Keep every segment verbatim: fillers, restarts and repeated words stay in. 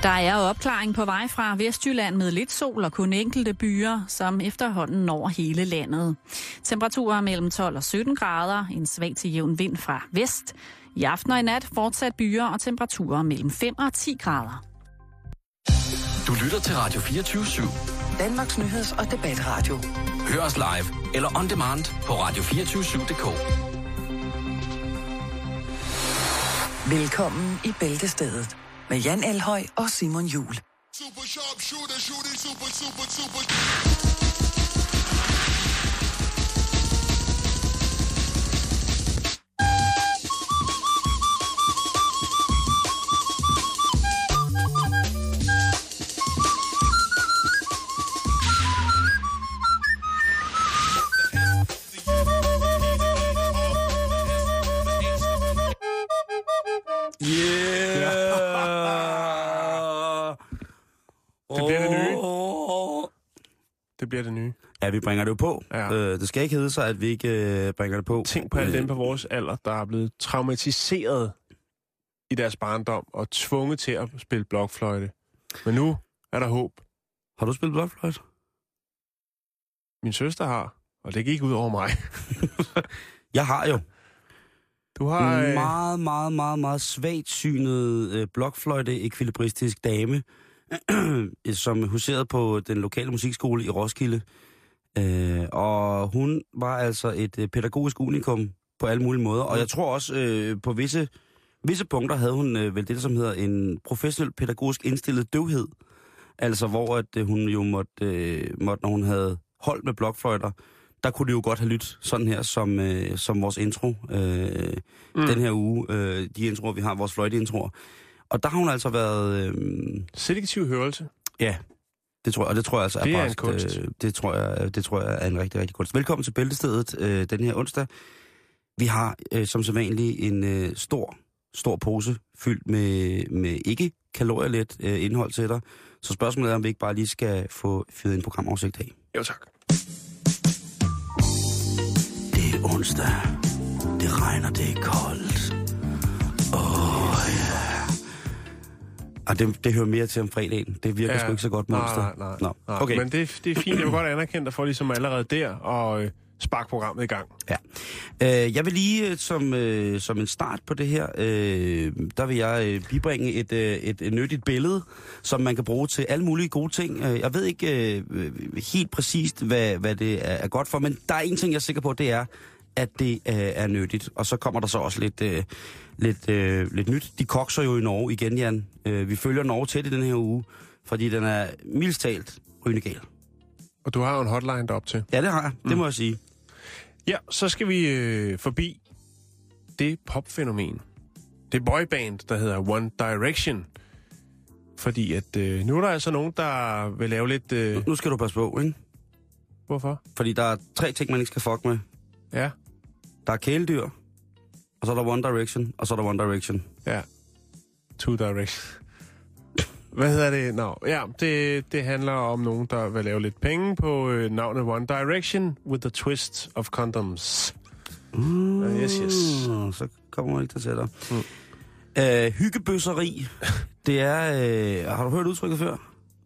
Der er opklaring på vej fra Vestjylland med lidt sol og kun enkelte byer, som efterhånden når hele landet. Temperaturer mellem tolv og sytten grader, en svag til jævn vind fra vest. I aften og i nat fortsat byer og temperaturer mellem fem og ti grader. Du lytter til Radio fireogtyve syv. Danmarks nyheds- og debatradio. Hør os live eller on demand på radio to fire syv punktum d k. Velkommen i Bæltestedet med Jan Elhøj og Simon Juhl. Super sharp shooter, shooting super, super, super. Det bliver det nye. Det bliver det nye. Ja, vi bringer det jo på. Ja. Øh, det skal ikke hedde sig, at vi ikke øh, bringer det på. Tænk på alle dem på vores alder, der er blevet traumatiseret i deres barndom og tvunget til at spille blokfløjte. Men nu er der håb. Har du spillet blokfløjte? Min søster har, og det gik ud over mig. Jeg har jo. Du har... En Øh... meget, meget, meget, meget svagt synet øh, blokfløjte-ekvilibristisk dame, som huserede på den lokale musikskole i Roskilde. Øh, og hun var altså et øh, pædagogisk unikum på alle mulige måder. Og jeg tror også, øh, på visse, visse punkter havde hun øh, vel det, som hedder en professionel pædagogisk indstillet døvhed. Altså hvor at, øh, hun jo måtte, øh, måtte, når hun havde holdt med blokfløjter, der kunne det jo godt have lyttet sådan her, som, øh, som vores intro øh, mm. den her uge. Øh, de introer, vi har, vores fløjteintroer. Og der har hun altså været... Øh, Selektiv hørelse. Ja, det tror jeg, og det tror jeg altså det er, er bare, en kunst. Øh, det, tror jeg, det tror jeg er en rigtig, rigtig kunst. Velkommen til Bæltestedet øh, den her onsdag. Vi har øh, som sædvanligt en øh, stor, stor pose fyldt med, med ikke kalorielet øh, indhold til dig. Så spørgsmålet er, om vi ikke bare lige skal få fyret en programoversigt af. Jo, tak. Det er onsdag. Det regner, det er koldt. Åh, oh, ja. Og det, det hører mere til om fredagen. Det virker ja. sgu ikke så godt med onsdag. Nej, nej, Nå, nej. okay. Men det, det er fint. Jeg vil godt anerkende dig for ligesom allerede der og øh, sparke programmet i gang. Ja. Øh, jeg vil lige øh, som, øh, som en start på det her, øh, der vil jeg øh, bibringe et, øh, et, et nyttigt billede, som man kan bruge til alle mulige gode ting. Jeg ved ikke øh, helt præcist, hvad, hvad det er, er godt for, men der er en ting, jeg er sikker på, det er, at det øh, er nyttigt. Og så kommer der så også lidt, øh, lidt, øh, lidt nyt. De kokser jo i Norge igen, Jan. Øh, vi følger Norge tæt i den her uge, fordi den er mildest talt rygende gal. Og du har jo en hotline derop til. Ja, det har jeg. Det mm. må jeg sige. Ja, så skal vi øh, forbi det popfænomen. Det boyband, der hedder One Direction. Fordi at øh, nu er der altså nogen, der vil lave lidt... Øh... Nu skal du passe på, ikke? Hvorfor? Fordi der er tre ting, man ikke skal fuck med. Ja. Der er kæledyr, og så er der One Direction, og så er der One Direction. Ja. Two Direction. Hvad hedder det? No. Ja, det, det handler om nogen, der vil lave lidt penge på øh, navnet One Direction with a twist of condoms. Mm, uh, yes, yes. Så kommer man ikke til at sætte dig. Mm. Uh, hyggebøsseri, det er... Uh, har du hørt udtrykket før?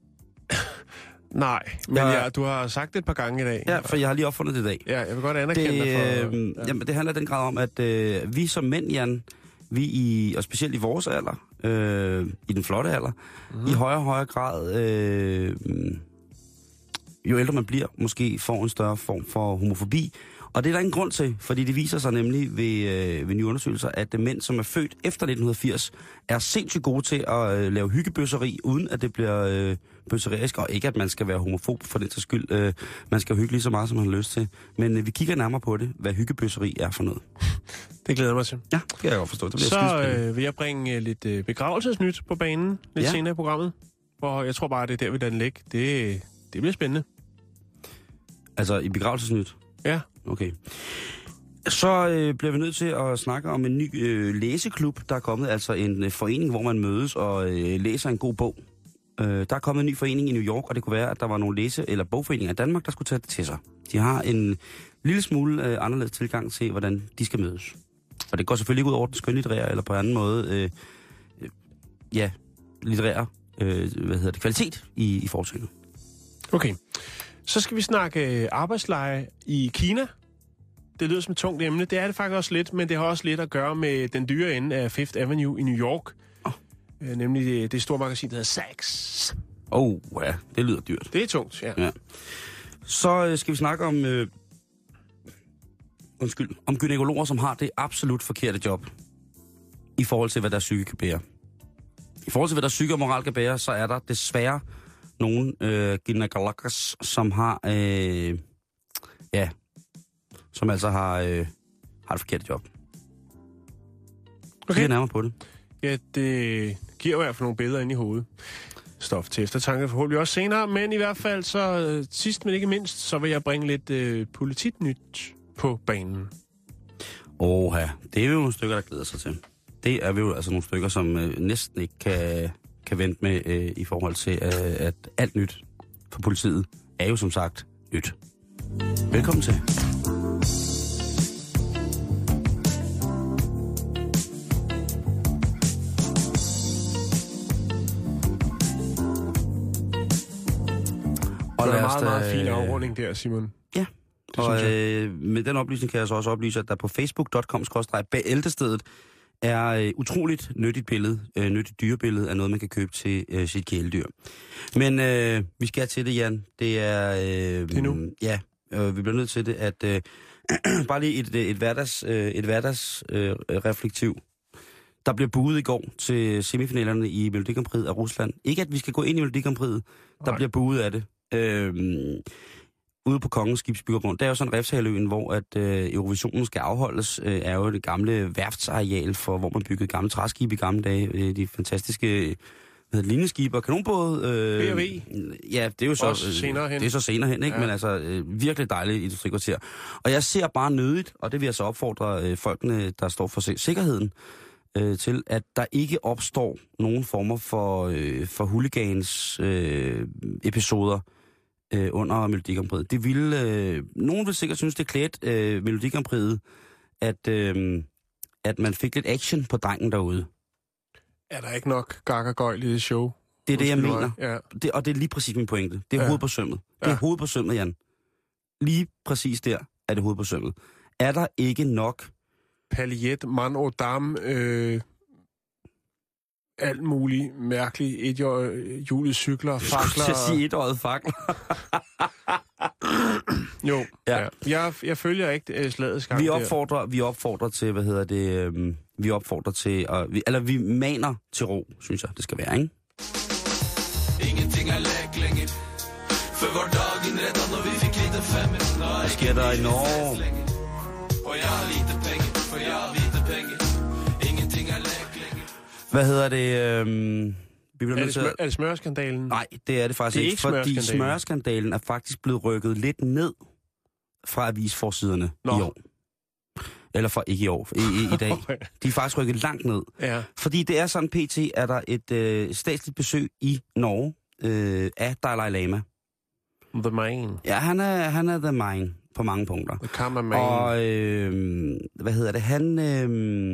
Nej, men jeg, ja, du har sagt det et par gange i dag. Ja, for jeg har lige opfundet det i dag. Ja, jeg vil godt anerkende det, dig for... Øh, ja. Jamen, det handler den grad om, at øh, vi som mænd, Jan, vi i, og specielt i vores alder, øh, i den flotte alder, mm. i højere og højere grad, øh, jo ældre man bliver, måske får en større form for homofobi. Og det er der ingen grund til, fordi det viser sig nemlig ved, øh, ved nye undersøgelser, at mænd, som er født efter nitten firs, er sindssygt gode til at øh, lave hyggebøsseri, uden at det bliver øh, bøsserisk, og ikke at man skal være homofob for den til skyld. Øh, man skal hygge lige så meget, som man har lyst til. Men øh, vi kigger nærmere på det, hvad hyggebøsseri er for noget. Det glæder mig til. Ja, det kan jeg godt forstå. Det bliver så øh, vil jeg bringe øh, lidt øh, begravelsesnyt på banen lidt ja. senere i programmet. Og jeg tror bare, det er der, vi den ligge. Det, det bliver spændende. Altså i begravelsesnyt? Ja. Okay. Så øh, bliver vi nødt til at snakke om en ny øh, læseklub. Der er kommet altså en øh, forening, hvor man mødes og øh, læser en god bog. Øh, der er kommet en ny forening i New York, og det kunne være, at der var nogle læse- eller bogforeninger i Danmark, der skulle tage det til sig. De har en lille smule øh, anderledes tilgang til, hvordan de skal mødes. Og det går selvfølgelig ikke ud over den skønlitterære, eller på anden måde, øh, øh, ja, litterære øh, hvad hedder det, kvalitet i, i foretagendet. Okay. Så skal vi snakke arbejdsleje i Kina. Det lyder som et tungt emne. Det er det faktisk også lidt, men det har også lidt at gøre med den dyre ende af Fifth Avenue i New York. Oh. Øh, nemlig det, det store magasin, der hedder Saks. Åh, oh, ja, det lyder dyrt. Det er tungt, ja. ja. Så øh, skal vi snakke om, øh, undskyld, om gynækologer, som har det absolut forkerte job i forhold til, hvad deres psyke kan bære. I forhold til, hvad deres psyke og moral kan bære, så er der desværre nogle øh, gynækologer, som har, øh, ja, som altså har, øh, har et forkert job. Okay. Kigger nærmere på det. Ja, det giver i hvert fald nogle billeder ind i hovedet. Stof til eftertanke forhåbentlig også senere, men i hvert fald så øh, sidst, men ikke mindst, så vil jeg bringe lidt øh, politiknyt på banen. Åh, det er jo nogle stykker, der glæder sig til. Det er jo altså nogle stykker, som øh, næsten ikke kan, kan vente med øh, i forhold til, øh, at alt nyt for politiet er jo som sagt nyt. Velkommen til. Og det er en meget, meget fin afrunding der, Simon. Ja, og øh, med den oplysning kan jeg så også oplyse, at der på facebook punktum com skråstreg bæltestedet er øh, utroligt nyttigt billede, øh, nyttigt dyrebillede af noget, man kan købe til øh, sit kæledyr. Men øh, vi skal til det, Jan. Det er... Øh, det er nu? Ja, øh, vi bliver nødt til det, at øh, bare lige et, et hverdags, øh, et hverdags øh, reflektiv. Der bliver buet i går til semifinalerne i Melodi Grand Prix af Rusland. Ikke at vi skal gå ind i Melodi Grand Prix, der bliver buet af det. Øhm, ude på Kongens Skibsbyggergrund. Der er jo sådan en Refshaløen, hvor at øh, Eurovisionen skal afholdes, øh, er jo det gamle værftsareal, for hvor man byggede gamle træskibe i gamle dage. Øh, de fantastiske linjeskibe og kanonbåde. Øh, B og V. Ja, det er jo så også senere hen. Det er så senere hen, ikke? Ja. Men altså øh, virkelig dejligt industrikvarter. Og jeg ser bare nødigt, og det vil jeg så opfordre øh, folkene, der står for sikkerheden, øh, til, at der ikke opstår nogen former for, øh, for hooligans øh, episoder øh, under Melodi Grand Prix. Det ville, øh, nogen vil sikkert synes, det er klædt øh, Melodi Grand Prix, at, øh, at man fik lidt action på drengen derude. Er der ikke nok gak-og-gøjl i det show? Det er det, jeg mener. Ja. Det, og det er lige præcis min pointe. Det er ja. hovedet på sømmet. Det er ja. hovedet på sømmet, Jan. Lige præcis der er det hovedet på sømmet. Er der ikke nok... Paljet, man og dam, øh, alt muligt mærkeligt, et-hjulede cykler, fakler... Jeg sige et-årede fakler. jo, ja. ja. Jeg, jeg følger ikke uh, slagets gang. Vi opfordrer, vi opfordrer til, hvad hedder det, øh, vi opfordrer til, og vi, eller vi maner til ro, synes jeg, det skal være, ikke? Ingenting er læglængigt, for var dagen redder, når vi fik lite femme. Hvad sker der i Norge? Og jeg har lite penge, for jeg har lite penge. Ingenting er læglængigt. Hvad hedder det, øhm, vi er, det smør, er det smørskandalen? Nej, det er det faktisk det er ikke, ikke fordi smørskandalen er faktisk blevet rykket lidt ned fra avisforsiderne Nå. i år. Eller fra ikke i år, i, i, i dag. De er faktisk rykket langt ned. Ja. Fordi det er sådan, pt. Er der et øh, statsligt besøg i Norge øh, af Dalai Lama. The man. Ja, han er, han er the man på mange punkter. The cameraman. Og øh, hvad hedder det, han... Øh,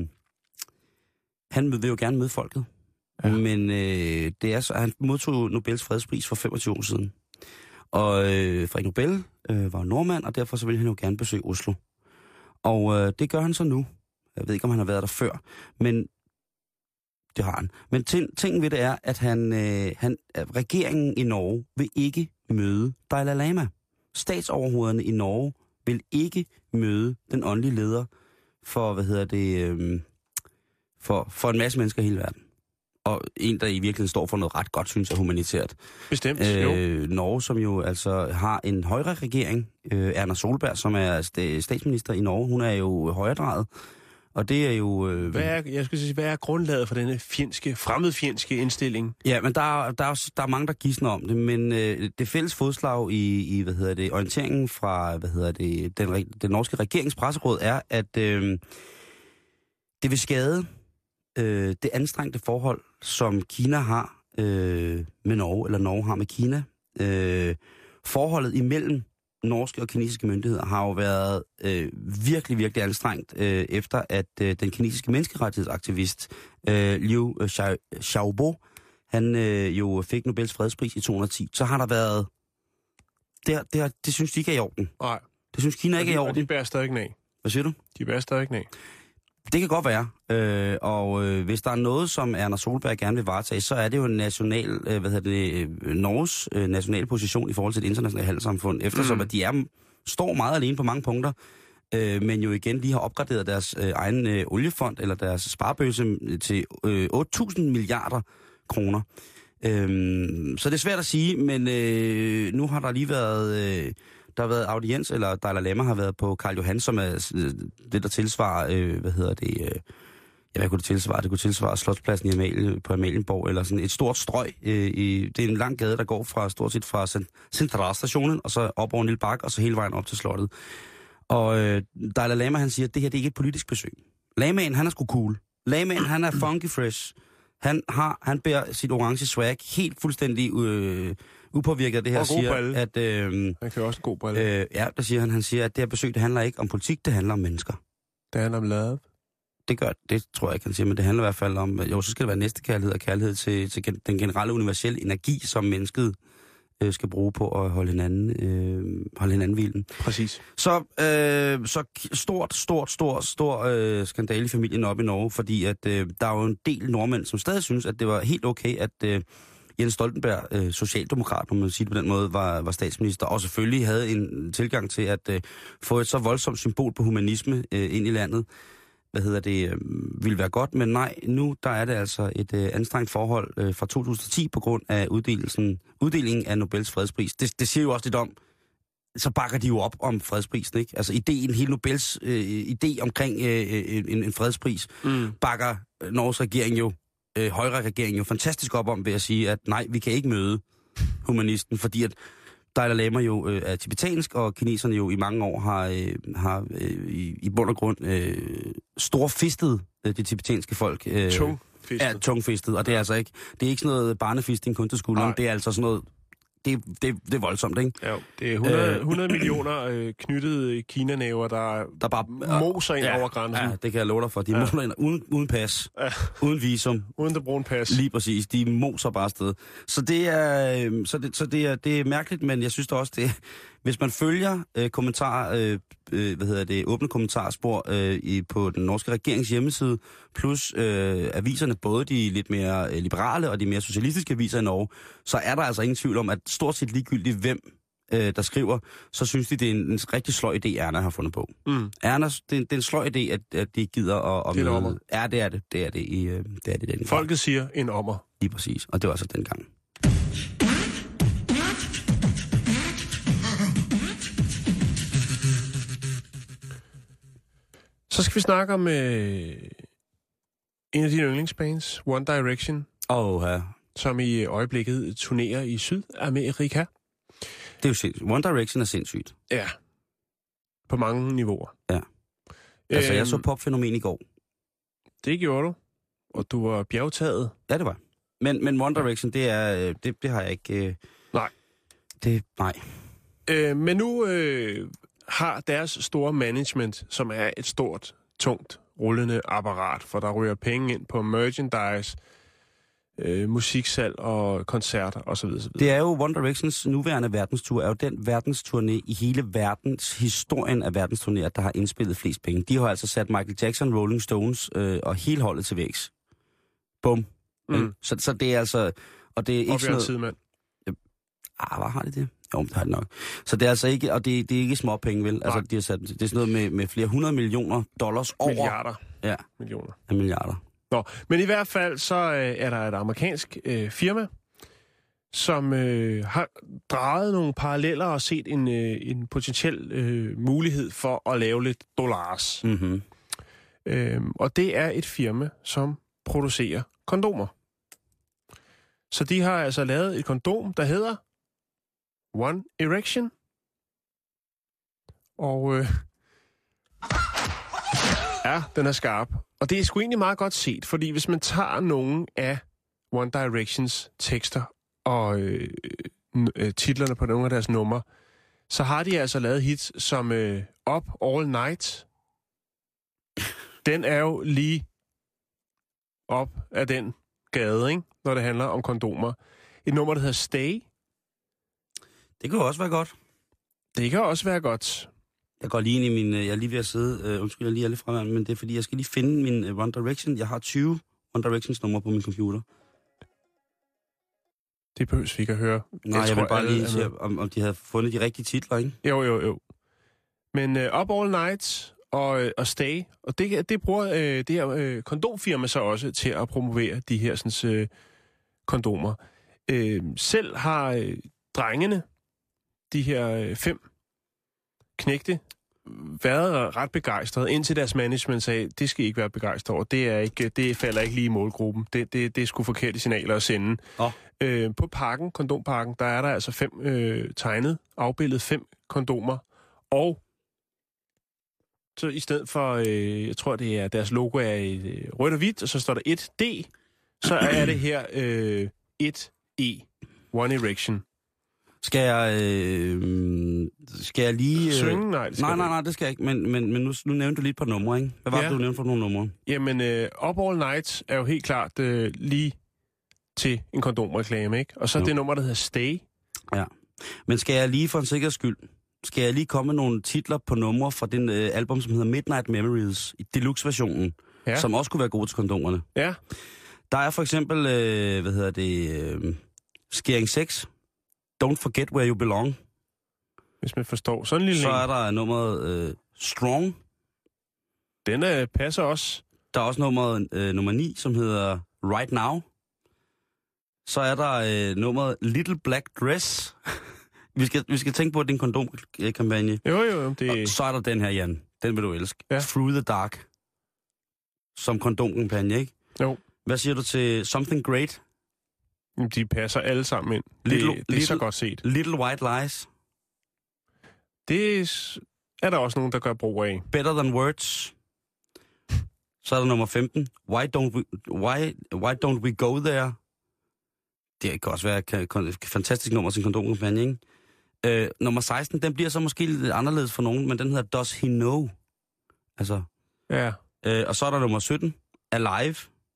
han vil jo gerne møde folket. Ja. Men øh, det er så, han modtog Nobels fredspris for femogtyve år siden. Og øh, Frederik Nobel øh, var nordmand, og derfor så ville han jo gerne besøge Oslo. Og øh, det gør han så nu. Jeg ved ikke, om han har været der før, men det har han. Men ting, ting ved det er, at han, øh, han, regeringen i Norge vil ikke møde Dalai Lama. Statsoverhovederne i Norge vil ikke møde den åndelige leder for, hvad hedder det, øh, for, for en masse mennesker i hele verden. Og en, der i virkeligheden står for noget ret godt, synes jeg, humanitært. Bestemt, jo. Øh, Norge, som jo altså har en højre regering, øh, Erna Solberg, som er statsminister i Norge, hun er jo højredrejet. Og det er jo... Øh, hvad er, jeg skulle sige, hvad er grundlaget for denne fjendske, fremmedfjendske indstilling? Ja, men der, der, er, der er mange, der gidsner om det, men øh, det fælles fodslag i, i, hvad hedder det, orienteringen fra, hvad hedder det, den, den norske regeringspresseråd er, at øh, det vil skade øh, det anstrengte forhold, som Kina har øh, med Norge, eller Norge har med Kina. Øh, forholdet imellem norske og kinesiske myndigheder har jo været øh, virkelig, virkelig anstrengt, øh, efter at øh, den kinesiske menneskerettighedsaktivist øh, Liu Xiaobo, han øh, jo fik Nobels fredspris i to tusind og ti, så har der været... Det, det, det synes de ikke er i orden. Nej. Det synes Kina ikke er i orden. Og de bærer stadig knæ. Hvad siger du? De bærer stadig knæ. Det kan godt være. Øh, og øh, hvis der er noget, som Erna Solberg gerne vil varetage, så er det jo en national, øh, hvad hedder det, øh, Norges øh, nationale position i forhold til det internationale handelssamfund, eftersom mm. at de er, står meget alene på mange punkter, øh, men jo igen lige har opgraderet deres øh, egen øh, oliefond, eller deres sparebøsse til øh, otte tusind milliarder kroner. Øh, så det er svært at sige, men øh, nu har der lige været... Øh, Der har været audiens, eller Dalai Lama har været på Karl Johan, som er øh, det, der tilsvarer, øh, hvad hedder det, øh, ja, hvad kunne det tilsvare? Det kunne tilsvare Slotspladsen i Amalie, på Amalienborg, eller sådan et stort strøg. Øh, i, det er en lang gade, der går fra stort set fra Centralstationen, og så op over en lille bakke, og så hele vejen op til slottet. Og øh, Dalai Lama, han siger, at det her det er ikke et politisk besøg. Lamaen, han er sgu cool. Lamaen, han er funky fresh. Han, har, han bærer sit orange swag helt fuldstændig... Øh, upåvirket af det her, siger, at... Øh, han kan også en god brille. Øh, ja, der siger han, han siger, at det her besøg, det handler ikke om politik, det handler om mennesker. Det handler om love. Det gør det, tror jeg ikke, han siger, men det handler i hvert fald om... Jo, så skal det være næstekærlighed og kærlighed til, til den generelle universelle energi, som mennesket øh, skal bruge på at holde hinanden, øh, holde hinanden hvilen. Præcis. Så, øh, så stort, stort, stort, stor øh, skandale i familien op i Norge, fordi at øh, der er jo en del nordmænd, som stadig synes, at det var helt okay, at... Øh, Jens Stoltenberg, øh, socialdemokrat, må man sige det på den måde, var, var statsminister, og selvfølgelig havde en tilgang til at øh, få et så voldsomt symbol på humanisme øh, ind i landet. Hvad hedder det? Øh, ville være godt, men nej, nu der er det altså et øh, anstrengt forhold øh, fra to tusind og ti på grund af uddelelsen, uddelingen af Nobels fredspris. Det, det siger jo også lidt om, så bakker de jo op om fredsprisen, ikke? Altså ideen, hele Nobels øh, idé omkring øh, en, en fredspris, mm. bakker Norges regering jo Øh, Højre-regeringen jo fantastisk op om ved at sige, at nej, vi kan ikke møde humanisten, fordi at Dalai Lama jo øh, er tibetansk, og kineserne jo i mange år har, øh, har øh, i, i bund og grund øh, storfistet øh, det tibetanske folk. Øh, tungfistet. Ja, tungfistet, og det er altså ikke, det er ikke sådan noget barnefisting kun til skulderen, det er altså sådan noget, det, det, det er voldsomt, ikke? Ja, det er hundrede, hundrede millioner øh, knyttede kinanæver, der, der bare moser ind ja, over grænsen. Ja, det kan jeg love dig for. De ja. moser ind uden, uden pas, ja. uden visum. Uden det brune pas. Lige præcis. De moser bare afsted. Så det er, øh, så det, så det er, det er mærkeligt, men jeg synes da også, det hvis man følger øh, kommentarer, øh, øh, hvad hedder det, åbne kommentarspor øh, i, på den norske regerings hjemmeside, plus øh, aviserne, både de lidt mere øh, liberale og de mere socialistiske aviser i Norge, så er der altså ingen tvivl om, at stort set ligegyldigt hvem, øh, der skriver, så synes de, det er en, en rigtig sløj idé, Erna har fundet på. Mm. Erna, det, er, det er en sløj idé, at, at de gider at, at det er møde. Ja, det er det. Det er det i øh, det er det den. Folket siger en ommer. Lige præcis, og det var altså dengang. Så skal vi snakke om øh, en af dine yndlingsbands, One Direction. Åh, ja. Som i øjeblikket turnerer i Sydamerika. Det er jo sindssygt. One Direction er sindssygt. Ja. På mange niveauer. Ja. Altså, øhm, jeg så Popfænomen i går. Det gjorde du. Og du var bjergtaget. Ja, det var. Men, men One Direction, det er, det, det har jeg ikke... Øh, nej. Det, nej. Øh, men nu øh, har deres store management, som er et stort, tungt, rullende apparat, for der ryger penge ind på merchandise, øh, musiksalg og koncerter osv. osv. Det er jo One Directions nuværende verdenstur, er jo den verdensturné i hele verdens historien af verdensturnéer, der har indspillet flest penge. De har altså sat Michael Jackson, Rolling Stones øh, og hele holdet til vægs. Bum. Mm. Så, så det er altså... Og det er ikke og sådan noget... Tidemand. Ah, hvad har de det? Jo, det har de nok. Så det er altså ikke... Og det, det er ikke små penge, vel? Altså, de har sat, det er sådan noget med, med flere hundrede millioner dollars over... Milliarder. Ja. Millioner. Ja, milliarder. Nå, men i hvert fald så øh, er der et amerikansk øh, firma, som øh, har drejet nogle paralleller og set en, øh, en potentiel øh, mulighed for at lave lidt dollars. Mm-hmm. Øhm, og det er et firma, som producerer kondomer. Så de har altså lavet et kondom, der hedder One Erection. Og øh, ja, den er skarp. Og det er sgu egentlig meget godt set, fordi hvis man tager nogle af One Directions tekster og øh, øh, titlerne på nogle af deres numre, så har de altså lavet hits som øh, Up All Night. Den er jo lige op af den skade, ikke? Når det handler om kondomer. Et nummer, der hedder Stay. Det kan jo også være godt. Det kan også være godt. Jeg går lige ind i min... Jeg er lige ved at sidde... Øh, undskyld, jeg lige er lidt fra, men det er fordi, jeg skal lige finde min uh, One Direction. Jeg har tyve One Directions numre på min computer. Det behøves vi ikke at høre. Nej, jeg, jeg vil bare lige se, om, om de havde fundet de rigtige titler, ikke? Jo, jo, jo. Men uh, Up All Night og, uh, og Stay, og det, det bruger uh, det her uh, kondomfirma så også til at promovere de her sådan, uh, kondomer. Uh, selv har uh, drengene, de her uh, fem knægte, været ret begejstrede, indtil deres management sagde, det skal I ikke være begejstret over. Det, er ikke, det falder ikke lige i målgruppen. Det, det, det er sgu forkerte signaler at sende. Oh. Øh, på pakken, kondompakken, der er der altså fem øh, tegnet, afbildet fem kondomer. Og så i stedet for, øh, jeg tror det er, deres logo er i øh, rødt og hvidt, og så står der et D, så er det her øh, et E, One Erection. Skal jeg, øh, skal jeg lige... Øh... Synge? Nej, det skal nej, nej, nej, det skal jeg ikke. Men, men, men nu, nu nævnte du lige et par numre, ikke? Hvad var ja. det, du nævnte for nogle numre? Jamen, øh, Up All Night er jo helt klart øh, lige til en kondomreklame, ikke? Og så jo. Det nummer, der hedder Stay. Ja. Men skal jeg lige for en sikkerheds skyld, skal jeg lige komme med nogle titler på numre fra den øh, album, som hedder Midnight Memories, i deluxe-versionen, ja. Som også kunne være gode til kondomerne. Ja. Der er for eksempel, øh, hvad hedder det, øh, Skæring seks, Don't Forget Where You Belong. Hvis man forstår. Sådan en lille Så er der nummeret øh, Strong. Den øh, passer også. Der er også nummeret øh, nummer ni, som hedder Right Now. Så er der øh, nummeret Little Black Dress. vi, skal, vi skal tænke på, at det er en kondomkampagne. Jo, jo, jo. Det... Og så er der den her, Jan. Den vil du elske. Ja. Through the Dark. Som kondomkampagne, ikke? Jo. Hvad siger du til Something Great? De passer alle sammen ind. Little, det, det er little, så godt set. Little White Lies. Det er der også nogen, der gør brug af. Better Than Words. Så er der nummer femten. Why don't we, why, why don't we go there? Det kan også være et fantastisk nummer til en kondomkampagne, ikke? Øh, nummer seksten, den bliver så måske lidt anderledes for nogen, men den hedder Does He Know? Altså. Ja. Øh, og så er der nummer sytten, Alive.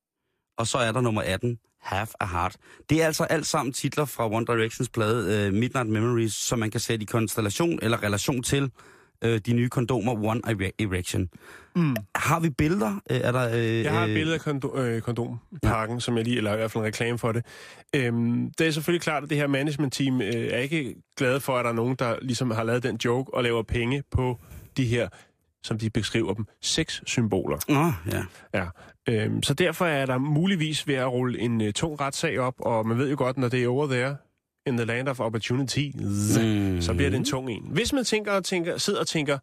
Og så er der nummer atten, Have a Heart. Det er altså alt sammen titler fra One Directions plade uh, Midnight Memories, som man kan sætte i konstellation eller relation til uh, de nye kondomer One Erection. Mm. Har vi billeder? Uh, er der, uh, jeg har et billede af kondo- øh, kondompakken, ja. Som jeg lige, eller i hvert fald en reklame for det. Øhm, det er selvfølgelig klart, at det her management-team øh, er ikke glade for, at der er nogen, der ligesom har lavet den joke og laver penge på de her, som de beskriver dem, seks-symboler. Nå, ja. Ja. Øhm, så derfor er der muligvis ved at rulle en uh, tung retssag op, og man ved jo godt, når det er over there, in the land of opportunity, mm. så bliver det en tung en. Hvis man tænker og tænker, sidder og tænker,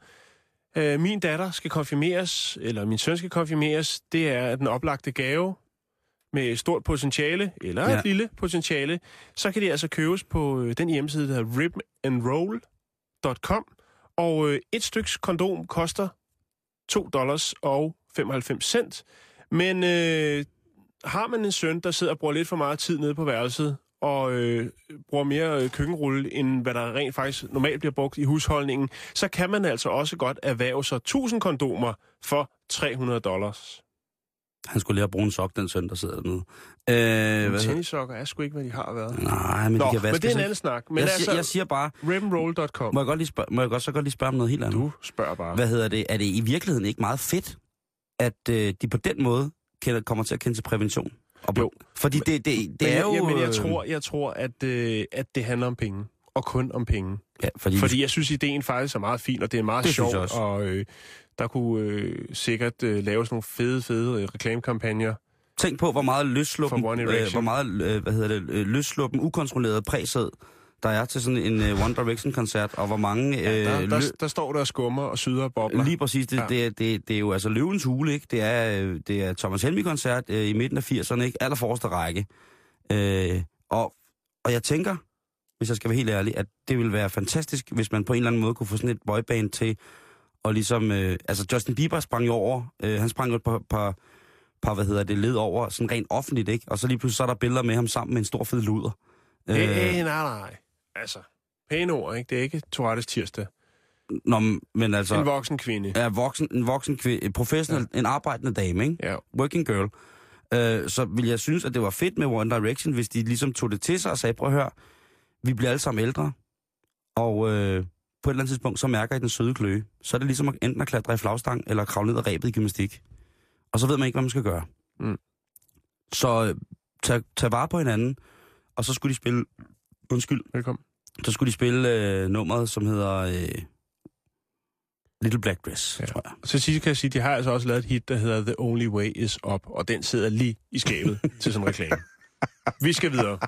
øh, min datter skal konfirmeres, eller min søn skal konfirmeres, det er den oplagte gave med et stort potentiale, eller ja. Et lille potentiale, så kan det altså købes på øh, den hjemmeside, der hedder rip and roll punktum com, og øh, et styks kondom koster to dollars og femoghalvfems cent. Men øh, har man en søn, der sidder og bruger lidt for meget tid nede på værelset, og øh, bruger mere øh, køkkenrulle, end hvad der rent faktisk normalt bliver brugt i husholdningen, så kan man altså også godt erhverve sig tusind kondomer for tre hundrede dollars. Han skulle lære at bruge en sok, den søn, der sidder dernede. Øh, tennissokker er sgu ikke, hvad de har været. Nej, men Nå, de kan vaske. Men det er en anden snak. Men jeg, altså, siger, jeg siger bare... rip and roll punktum com. Må jeg godt lige spørge, må jeg godt, så godt lige spørge om noget helt andet? Du spørger bare. Hvad hedder det? Er det i virkeligheden ikke meget fedt, at øh, de på den måde kender, kommer til at kende til prævention? Og jo. Fordi det, det, det men, er jo... Ja, men jeg tror, jeg tror at, øh, at det handler om penge. Og kun om penge. Ja, fordi, fordi jeg synes, ideen faktisk er meget fin, og det er meget det sjovt. Og øh, der kunne øh, sikkert øh, laves nogle fede, fede øh, reklamekampagner. Tænk på, hvor meget løssluppen, øh, hvor meget, øh, hvad hedder det, øh, løssluppen, ukontrolleret præsæd, der er til sådan en uh, One Direction-koncert, og hvor mange... Øh, ja, der, der, lø- der står der og skummer og syder og bobler. Lige præcis. Det, ja. det, det, det er jo altså Løvens Hule, ikke? Det er, det er Thomas Helmig-koncert øh, i midten af firserne, ikke? Allerforreste række. Øh, og, og jeg tænker, hvis jeg skal være helt ærlig, at det ville være fantastisk, hvis man på en eller anden måde kunne få sådan et boyband til, og ligesom... Øh, altså, Justin Bieber sprang jo over. Øh, han sprang jo et par... par par, hvad hedder det, led over, sådan rent offentligt, ikke? Og så lige pludselig så er der billeder med ham sammen med en stor fed luder. Hey, øh, nej, nej. Altså, pæne ord, ikke? Det er ikke Tourettes tirsdag. Nå, men altså... En voksen kvinde. Ja, voksen, en voksen kvinde, professionel, ja. En arbejdende dame, ikke? Ja. Working girl. Øh, så ville jeg synes, at det var fedt med One Direction, hvis de ligesom tog det til sig og sagde, prøv at høre, vi bliver alle sammen ældre, og øh, på et eller andet tidspunkt, så mærker I den søde kløe. Så er det ligesom at enten at klatre i flagstang, eller kravle ned ad rebet i gymnastik. Og så ved man ikke, hvad man skal gøre. Mm. Så øh, tag, tag vare på hinanden, og så skulle de spille... Undskyld. Velkommen. Så skulle de spille øh, nummeret, som hedder øh, Little Black Dress, ja. tror jeg. Så sidst kan jeg sige, at de har altså også lavet et hit, der hedder The Only Way Is Up, og den sidder lige i skabet til sådan en reklame. Vi skal videre.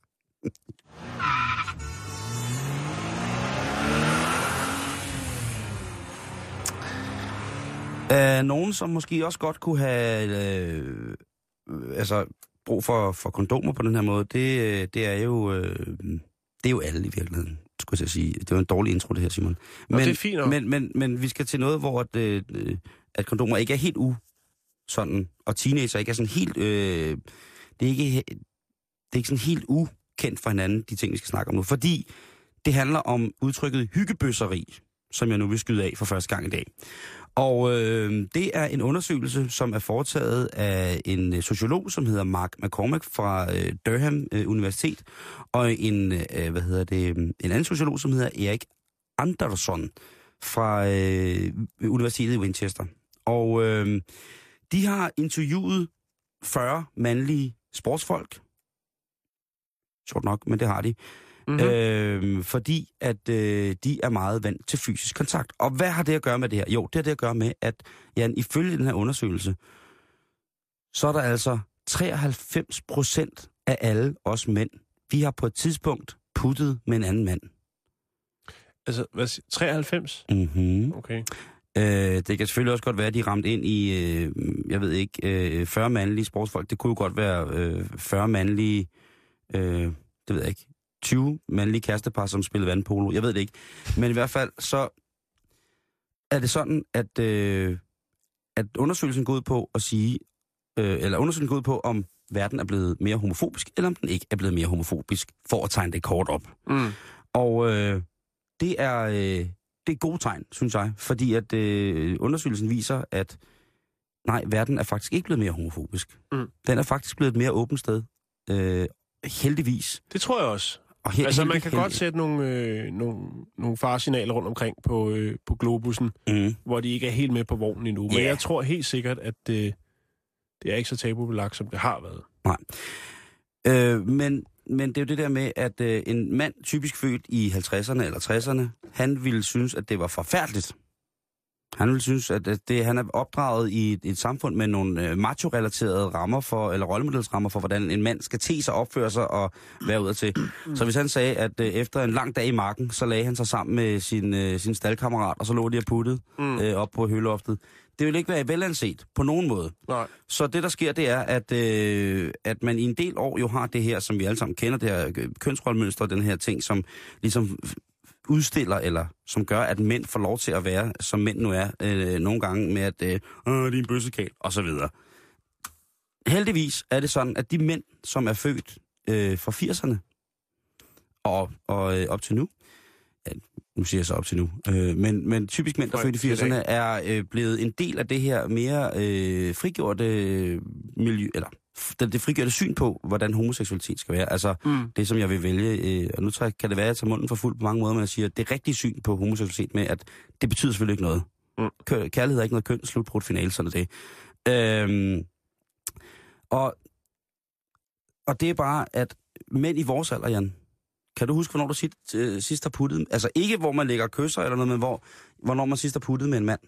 Uh, nogen, som måske også godt kunne have øh, altså, brug for, for kondomer på den her måde, det, det er jo øh, det er jo alle i virkeligheden, skulle jeg sige. Det var en dårlig intro, det her, Simon. Men, det er fint nok. men, men, men vi skal til noget, hvor at, øh, at kondomer ikke er helt u sådan, og teenager ikke er sådan helt... Øh, det, er ikke, det er ikke sådan helt ukendt for hinanden, de ting, vi skal snakke om nu. Fordi det handler om udtrykket hyggebøsseri, som jeg nu vil skyde af for første gang i dag. Og øh, det er en undersøgelse, som er foretaget af en sociolog, som hedder Mark McCormack fra øh, Durham øh, Universitet, og en, øh, hvad hedder det, en anden sociolog, som hedder Erik Andersson fra øh, Universitetet i Winchester. Og øh, de har interviewet fyrre mandlige sportsfolk. Sjovt nok, men det har de. Mm-hmm. Øh, fordi at øh, de er meget vant til fysisk kontakt. Og hvad har det at gøre med det her? Jo, det har det at gøre med, at Jan, ifølge den her undersøgelse, så er der altså treoghalvfems procent af alle os mænd, vi har på et tidspunkt puttet med en anden mand. Altså, hvad siger treoghalvfems? Mhm. Okay. Øh, det kan selvfølgelig også godt være, at de ramt ind i, øh, jeg ved ikke, øh, fyrre mandlige sportsfolk. Det kunne jo godt være øh, fyrre mandlige, øh, det ved jeg ikke, tyve mandlige kærestepar, som spillede vandpolo. Jeg ved det ikke. Men i hvert fald, så er det sådan, at, øh, at undersøgelsen går ud på at sige, øh, eller undersøgelsen går ud på, om verden er blevet mere homofobisk, eller om den ikke er blevet mere homofobisk, for at tegne det kort op. Mm. Og øh, det er øh, det er gode tegn, synes jeg, fordi at øh, undersøgelsen viser, at nej, verden er faktisk ikke blevet mere homofobisk. Mm. Den er faktisk blevet et mere åbent sted. Øh, heldigvis. Det tror jeg også. Og he- altså, man kan heldig. godt sætte nogle, øh, nogle, nogle faresignaler rundt omkring på, øh, på globussen, mm. hvor de ikke er helt med på vognen endnu. Men yeah. jeg tror helt sikkert, at det, det er ikke så tabubelagt, som det har været. Nej. Øh, men, men det er jo det der med, at øh, en mand, typisk født i halvtredserne eller tresserne, han ville synes, at det var forfærdeligt. Han ville synes, at det, han er opdraget i et, et samfund med nogle øh, macho-relaterede rammer for, eller rollemodelsrammer for, hvordan en mand skal te sig, opføre sig og være ud til. Mm. Så hvis han sagde, at øh, efter en lang dag i marken, så lagde han sig sammen med sin, øh, sin staldkammerat, og så lå de og puttede mm. øh, op på høloftet. Det vil ikke være velanset på nogen måde. Nej. Så det, der sker, det er, at, øh, at man i en del år jo har det her, som vi alle sammen kender, det her kønsrollemønster, den her ting, som ligesom udstiller, eller som gør, at mænd får lov til at være, som mænd nu er, øh, nogle gange med, at øh, det er en bøssekal, og så videre. Heldigvis er det sådan, at de mænd, som er født øh, fra firserne, og, og øh, op til nu, ja, nu siger jeg så op til nu, øh, men, men typisk mænd, der er født i firserne, er øh, blevet en del af det her mere øh, frigjorte øh, miljø, eller det, det frigjorte syn på, hvordan homoseksualitet skal være. Altså mm. det, som jeg vil vælge, øh, og nu tror jeg, kan det være, at jeg tager munden for fuld på mange måder, men jeg siger, at det rigtige syn på homoseksualitet med, at det betyder selvfølgelig ikke noget. Mm. Kærlighed er ikke noget køn, slut på et finale, sådan det. Øhm, og, og det er bare, at mænd i vores alder, Jan, kan du huske, hvornår du sidst, øh, sidst har puttet? Altså ikke, hvor man lægger kysser eller noget, men hvor, hvornår man sidst har puttet med en mand?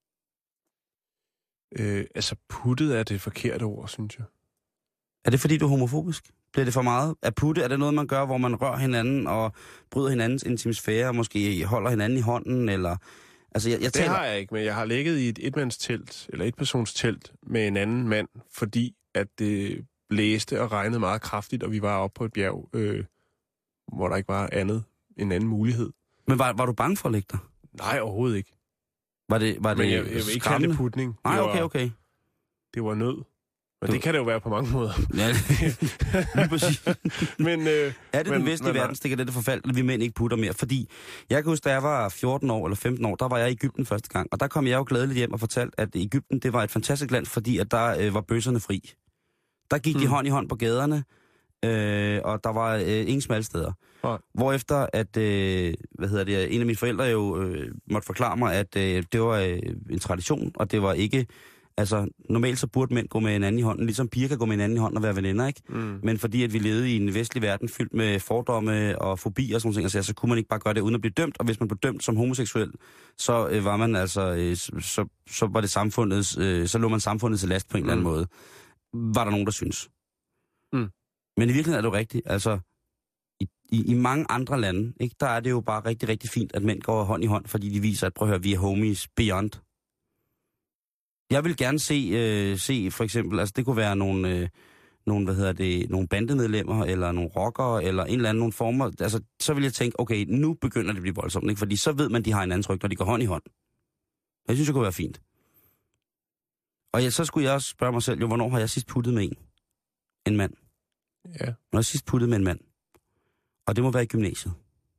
Øh, altså puttet er det forkerte ord, synes jeg. Er det fordi, du er homofobisk? Bliver det for meget? At putte, er det noget, man gør, hvor man rører hinanden og bryder hinandens intimsfære, og måske holder hinanden i hånden, eller... Altså, jeg, jeg det taler... har jeg ikke, men jeg har ligget i et etmandstelt, eller etpersonstelt, med en anden mand, fordi at det blæste og regnede meget kraftigt, og vi var oppe på et bjerg, øh, hvor der ikke var andet, en anden mulighed. Men var, var du bange for at ligge der? Nej, overhovedet ikke. Var det, var det men jeg, jeg vil ikke kalde det putning. Nej, det okay, okay. Var, det var nød. Men du... det kan det jo være på mange måder. Ja, lige præcis. men, øh, er det men, den vestlige verden, stikker det forfald, at vi mænd ikke putter mere? Fordi jeg kan huske, da jeg var fjorten år eller femten år, der var jeg i Egypten første gang. Og der kom jeg jo glædeligt hjem og fortalte, at Egypten, det var et fantastisk land, fordi at der øh, var bøsserne fri. Der gik de Hmm. hånd i hånd på gaderne, øh, og der var øh, ingen smalsteder. Nej. Hvorefter, at, øh, hvad hedder det, en af mine forældre jo øh, måtte forklare mig, at øh, det var øh, en tradition, og det var ikke... Altså, normalt så burde mænd gå med en anden i hånden, ligesom piger kan gå med en anden i hånden og være veninder, ikke? Mm. Men fordi at vi levede i en vestlig verden fyldt med fordomme og fobi og sådan noget, så, så kunne man ikke bare gøre det uden at blive dømt, og hvis man blev dømt som homoseksuel, så øh, var man altså, øh, så, så var det samfundets, øh, så lå man samfundet til last på en mm. eller anden måde. Var der nogen, der synes. Mm. Men i virkeligheden er det jo rigtigt, altså, i, i, i mange andre lande, ikke, der er det jo bare rigtig, rigtig fint, at mænd går hånd i hånd, fordi de viser, at prøv at høre, vi er homies beyond. Jeg vil gerne se, øh, se for eksempel, altså det kunne være nogle, øh, nogle, hvad hedder det, nogle bandemedlemmer, eller nogle rockere, eller en eller anden nogle former. Altså, så vil jeg tænke, okay, nu begynder det at blive voldsomt, ikke? Fordi så ved man, de har en anden tryk, når de går hånd i hånd. Jeg synes, det kunne være fint. Og ja, så skulle jeg også spørge mig selv, jo, hvornår har jeg sidst puttet med en? En mand. Ja. Hvornår har jeg sidst puttet med en mand? Og det må være i gymnasiet.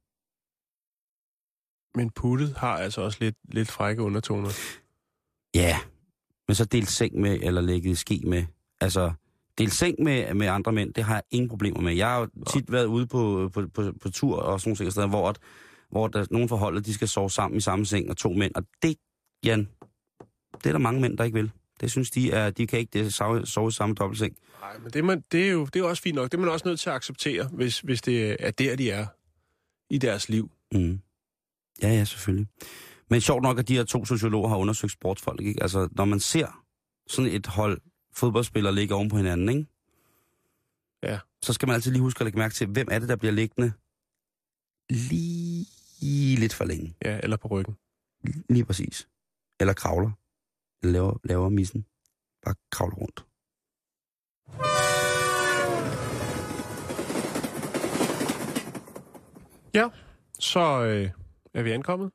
Men puttet har altså også lidt, lidt frække undertoner. Ja, men så delt seng med, eller lægget ski med. Altså, delt seng med, med andre mænd, det har jeg ingen problemer med. Jeg har jo tit været ude på, på, på, på tur og sådan nogle steder, hvor, at, hvor der nogle forholdet, de skal sove sammen i samme seng, og to mænd. Og det, Jan, det er der mange mænd, der ikke vil. Det synes de, er, de kan ikke det, sove, sove i samme dobbeltseng. Nej, men det, man, det, er jo, det er jo også fint nok. Det er man også nødt til at acceptere, hvis, hvis det er der, de er i deres liv. Mm. Ja, ja, selvfølgelig. Men sjovt nok, at de her to sociologer har undersøgt sportsfolk, ikke? Altså, når man ser sådan et hold fodboldspillere ligge oven på hinanden, ikke? Ja. Så skal man altid lige huske at lægge mærke til, hvem er det, der bliver liggende lige lidt for længe. Ja, eller på ryggen. Lige præcis. Eller kravler. Eller laver, laver missen. Bare kravler rundt. Ja, så øh, er vi ankommet.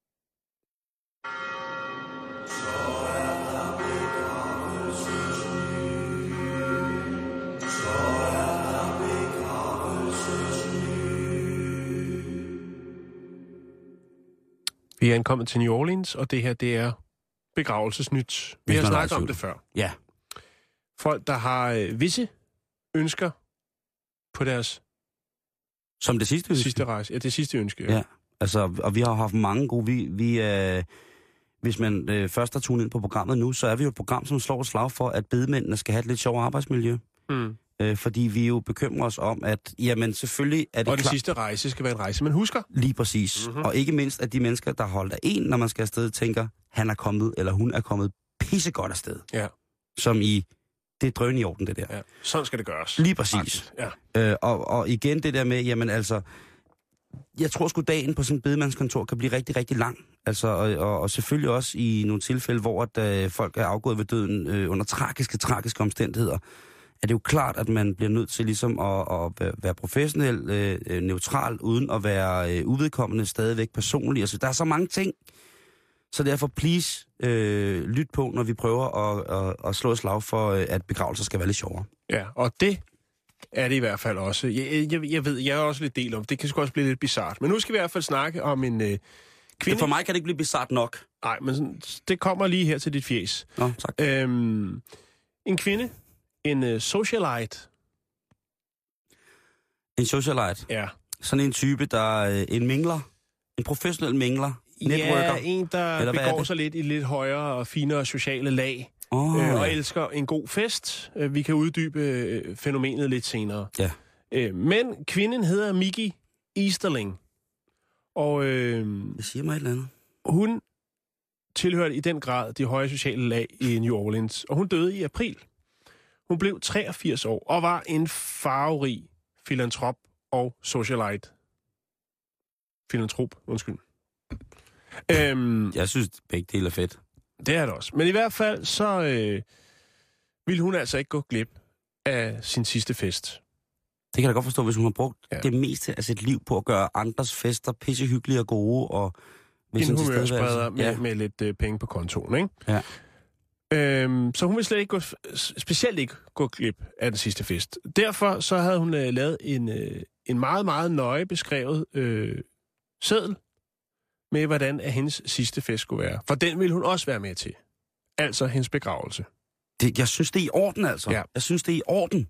Vi er ankommet til New Orleans, og det her, det er begravelsesnyt. Vi Hvis har man snakket er i om tvivl. det før. Ja. Folk, der har øh, visse ønsker på deres Som det sidste ønske. sidste rejse. Ja, det sidste ønske. Ja. Altså, og vi har haft mange gode... Vi, vi, øh, hvis man øh, først har tunet ind på programmet nu, så er vi jo et program, som slår et slag for, at bedemændene skal have et lidt sjovt arbejdsmiljø. Mm. Øh, fordi vi jo bekymrer os om, at jamen selvfølgelig er det Og den klart... sidste rejse skal være en rejse, man husker. Lige præcis. Mhm. Mm-hmm. Og ikke mindst, at de mennesker, der holder af en, når man skal afsted, tænker, han er kommet, eller hun er kommet pissegodt afsted. Ja. Som i, det er drøn i orden, det der. Ja, sådan skal det gøres. Lige præcis. Faktisk. Ja. Øh, og, og igen det der med, jamen altså, jeg tror sgu dagen på sådan et bedemandskontor kan blive rigtig, rigtig lang. Altså, og, og, og selvfølgelig også i nogle tilfælde, hvor at, øh, folk er afgået ved døden øh, under tragiske, tragiske omstændigheder, er det jo klart, at man bliver nødt til ligesom at, at være professionel, øh, neutral, uden at være øh, uvedkommende, stadigvæk personlig. Altså, der er så mange ting. Så derfor, please, øh, lyt på, når vi prøver at, at, at slå et slag for, øh, at begravelser skal være lidt sjovere. Ja, og det er det i hvert fald også. Jeg, jeg, jeg ved, jeg er også lidt del om. Det kan sgu også blive lidt bizart. Men nu skal vi i hvert fald snakke om en øh, kvinde... For mig kan det ikke blive bizart nok. Nej, men sådan, det kommer lige her til dit fjes. Nå, tak. Øhm, en kvinde, en øh, socialite. En socialite. Ja. Sådan en type, der er øh, en mingler. En professionel mingler. Networker. Ja, en, der Eller hvad er begår det? sig lidt i lidt højere og finere sociale lag. Oh, øh, og ja. elsker en god fest. Øh, Vi kan uddybe øh, fænomenet lidt senere. Ja. Øh, Men kvinden hedder Mickey Easterling. Og øh, Det siger mig et eller andet. hun tilhørte i den grad de høje sociale lag i New Orleans. Og hun døde i april. Hun blev treogfirs år og var en farverig filantrop og socialite. Filantrop, undskyld. Øhm, Jeg synes, begge dele er fedt. Det er det også. Men i hvert fald, så øh, ville hun altså ikke gå glip af sin sidste fest. Det kan jeg da godt forstå, hvis hun har brugt Ja. ja. det meste af sit liv på at gøre andres fester pissehyggelige og gode, og med En sin humørspreder tilstedeværelse. med, Ja. med lidt øh, penge på kontoen, ikke? Ja. Øhm, så hun ville slet ikke gå, specielt ikke gå glip af den sidste fest. Derfor så havde hun øh, lavet en, øh, en meget, meget nøje beskrevet øh, seddel med, hvordan at hendes sidste fest skulle være. For den ville hun også være med til. Altså hendes begravelse. Det Det, jeg synes, det er i orden, altså. Ja. Jeg synes, det er i orden.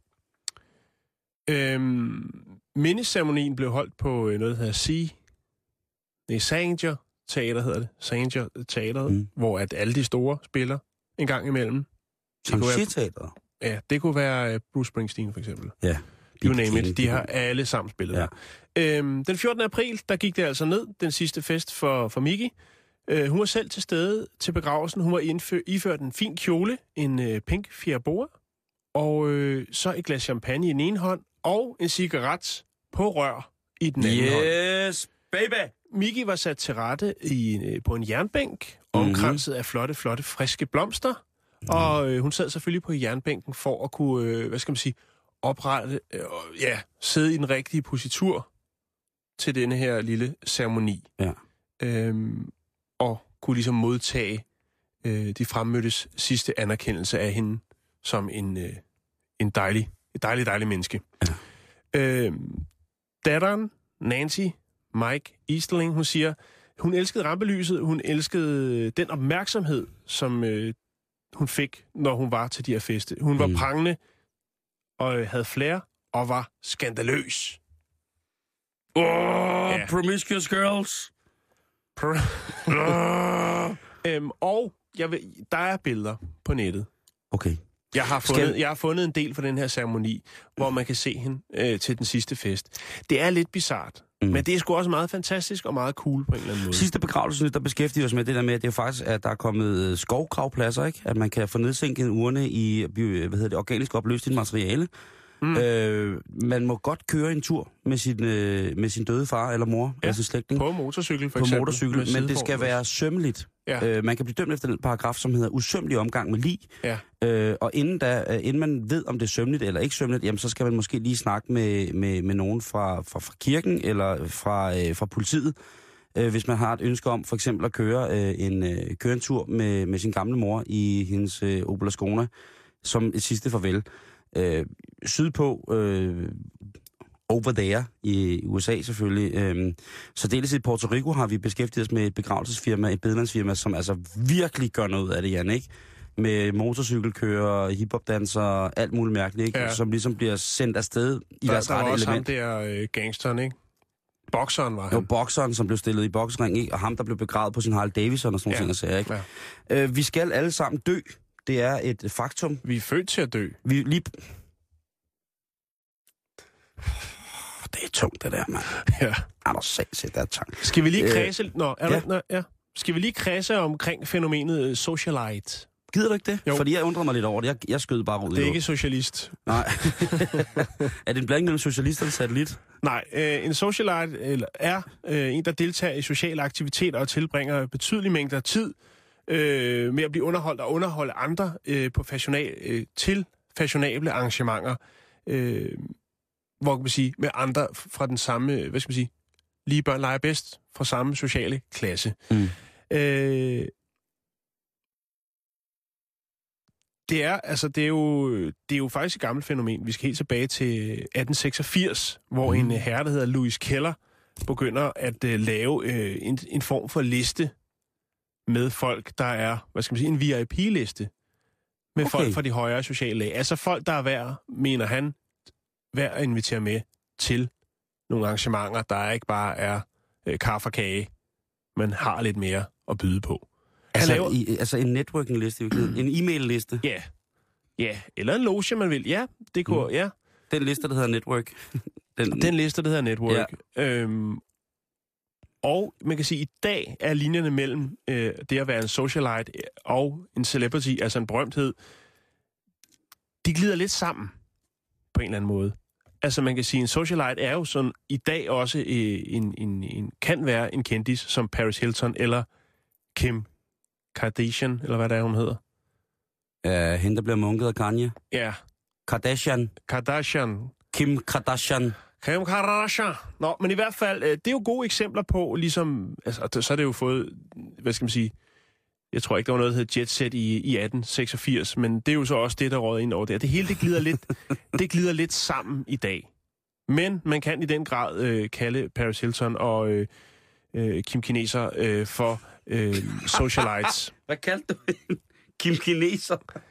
Øhm, mindeceremonien blev holdt på øh, noget, der hedder Sea... Nej, Sanger Teater hedder det. Sanger Teateret, mm. hvor at alle de store spiller en gang imellem. Sanger-teateret? Ja, det kunne være Bruce Springsteen for eksempel. Ja. You name it. De har alle sammen spillet ja. der. Øhm, den fjortende april, der gik det altså ned, den sidste fest for, for Miki. Øh, hun var selv til stede til begravelsen. Hun var indfø- iført en fin kjole, en øh, pink fiaboa, og øh, så et glas champagne i den ene hånd, og en cigaret på rør i den anden yes, hånd. Yes, baby! Miki var sat til rette i, øh, på en jernbænk, omkranset mm-hmm. af flotte, flotte, friske blomster. Mm. Og øh, hun sad selvfølgelig på jernbænken for at kunne, øh, hvad skal man sige, oprette, øh, ja, sidde i den rigtige positur til denne her lille ceremoni. Ja. Øhm, og kunne ligesom modtage øh, de fremmødtes sidste anerkendelse af hende som en, øh, en dejlig, et dejlig, dejlig menneske. Ja. Øhm, datteren, Nancy Mike Easterling, hun siger, hun elskede rampelyset, hun elskede den opmærksomhed, som øh, hun fik, når hun var til de her feste. Hun var mm. prangende og øh, havde flere og var skandaløs. Åh, oh, ja. Promiscuous girls. øhm, og jeg vil, der er billeder på nettet. Okay. Jeg har, fundet, Skal... jeg har fundet en del for den her ceremoni, hvor man kan se hende øh, til den sidste fest. Det er lidt bizart, mm. men det er sgu også meget fantastisk og meget cool på en eller anden måde. Sidste begravelse, der beskæftiger os med det der med, at det er faktisk, at der er kommet skovgravpladser, ikke? At man kan få nedsænket urne i hvad hedder det, organisk opløst materiale. Mm. Øh, man må godt køre en tur med sin, øh, med sin døde far eller mor, ja, altså slægtning. På motorcykel for på eksempel. På motorcykel, men det skal være sømmeligt. Ja. Øh, man kan blive dømt efter den paragraf, som hedder usømmelig omgang med lig. Ja. Øh, og inden, da, øh, inden man ved, om det er sømmeligt eller ikke sømmeligt, jamen, så skal man måske lige snakke med, med, med nogen fra, fra, fra kirken eller fra, øh, fra politiet, øh, hvis man har et ønske om for eksempel at køre, øh, en, øh, køre en tur med, med sin gamle mor i hendes øh, Opel Ascona som et sidste farvel. Øh, sydpå, øh, over there i U S A selvfølgelig. Øh, så dels i Puerto Rico har vi beskæftiget os med et begravelsesfirma, et bedemandsfirma, som altså virkelig gør noget af det, Jan, ikke? Med motorcykelkører, hiphopdansere, alt muligt mærkeligt, ikke? Ja. Som ligesom bliver sendt afsted i der, deres der rette element. Der var også ham der øh, gangsteren, ikke? Bokseren var han. Jo, bokseren, som blev stillet i boksring, ikke? Og ham, der blev begravet på sin Harley Davidson og sådan nogle ja. ting, sager, ikke? Ja. Øh, vi skal alle sammen dø. Det er et faktum. Vi er født til at dø. Vi lige... Det er tungt, det der, mand. Ja. Er der sindssygt, det er tungt. Skal vi lige kredse... Øh, Nå, er ja. der, nå, ja. Skal vi lige kredse omkring fænomenet socialite? Gider du ikke det? Jo. Fordi jeg undrer mig lidt over det. Jeg, jeg skød bare ud. Det er ikke socialist. Nej. Er det en blanding mellem socialist og satellit? Nej, øh, en socialite eller, er øh, en, der deltager i sociale aktiviteter og tilbringer betydelige mængder tid øh, med at blive underholdt og underholde andre øh, på fashional, øh, til fashionable arrangementer, øh, hvor kan man sige, med andre fra den samme, hvad skal man sige, lige børn leger bedst, fra samme sociale klasse. Mm. Øh, Det er, altså, det er jo, det er jo faktisk et gammelt fænomen. Vi skal helt tilbage til atten seksogfirs, hvor mm. en herre, der hedder Louis Keller, begynder at uh, lave uh, en, en form for liste med folk, der er, hvad skal man sige, en V I P-liste med okay. folk fra de højere sociale lag. Altså folk, der er værd, mener han, værd at invitere med til nogle arrangementer, der ikke bare er uh, kaffe og kage, men har lidt mere at byde på. Altså, laver... i, altså en networking-liste, en e-mail-liste? Ja. Ja, eller en loge, man vil. Ja, det kunne, mm. ja. Den liste, der hedder Network. Den, Den liste, der hedder Network. Ja. Øhm, og man kan sige, at i dag er linjerne mellem øh, det at være en socialite og en celebrity, altså en berømthed, de glider lidt sammen på en eller anden måde. Altså man kan sige, at en socialite er jo sådan i dag også øh, en, en, en, kan være en kendis som Paris Hilton eller Kim Kardashian, eller hvad det er, hun hedder. Uh, hende, der bliver munket af Kanye. Ja. Kardashian. Kardashian. Kim Kardashian. Kim Kardashian. Nå, men i hvert fald, det er jo gode eksempler på, ligesom, altså, så er det jo fået, hvad skal man sige, jeg tror ikke, der var noget, der hed Jet Set i, i atten seksogfirs, men det er jo så også det, der råder ind over der. Det hele, det glider lidt, det glider lidt sammen i dag. Men man kan i den grad øh, kalde Paris Hilton og øh, øh, Kim Kineser øh, for øh, socialites. Hvad kaldte du hende? Kim Kineser?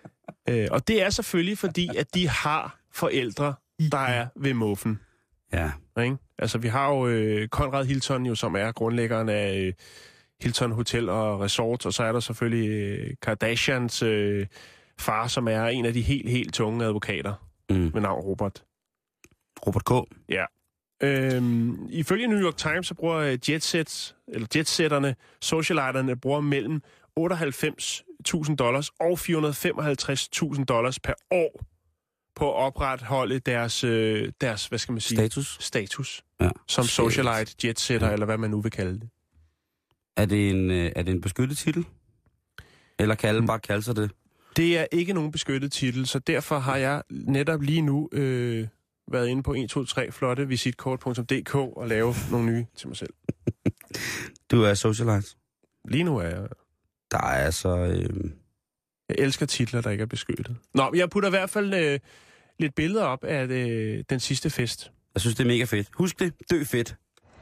Øh, og det er selvfølgelig fordi, at de har forældre, der er ved muffen. Ja. Ikke? Altså, vi har jo øh, Conrad Hilton, jo, som er grundlæggeren af øh, Hilton Hotel og Resort, og så er der selvfølgelig øh, Kardashians øh, far, som er en af de helt, helt tunge advokater Mm. med navn Robert. Robert K. Ja. Øhm, ifølge New York Times, så bruger jetsets, eller jetsetterne, socialiterne, bruger mellem otteoghalvfems tusind dollars og fire hundrede og femoghalvtreds tusind dollars per år på at opretholde deres, øh, deres hvad skal man sige? Status. Status. Ja. Som socialite, jetsetter, ja. Eller hvad man nu vil kalde det. Er det en, øh, er det en beskyttet titel? Eller kan alle bare kalde sig det? Det er ikke nogen beskyttet titel, så derfor har jeg netop lige nu øh, været inde på en to tre flotte visitkort punktum d k og lave nogle nye til mig selv. Du er socialite. Lige nu er jeg... Der er altså... Øh... Jeg elsker titler, der ikke er beskyttet. Nå, jeg putter i hvert fald øh, lidt billeder op af øh, den sidste fest. Jeg synes, det er mega fedt. Husk det. Dø fedt.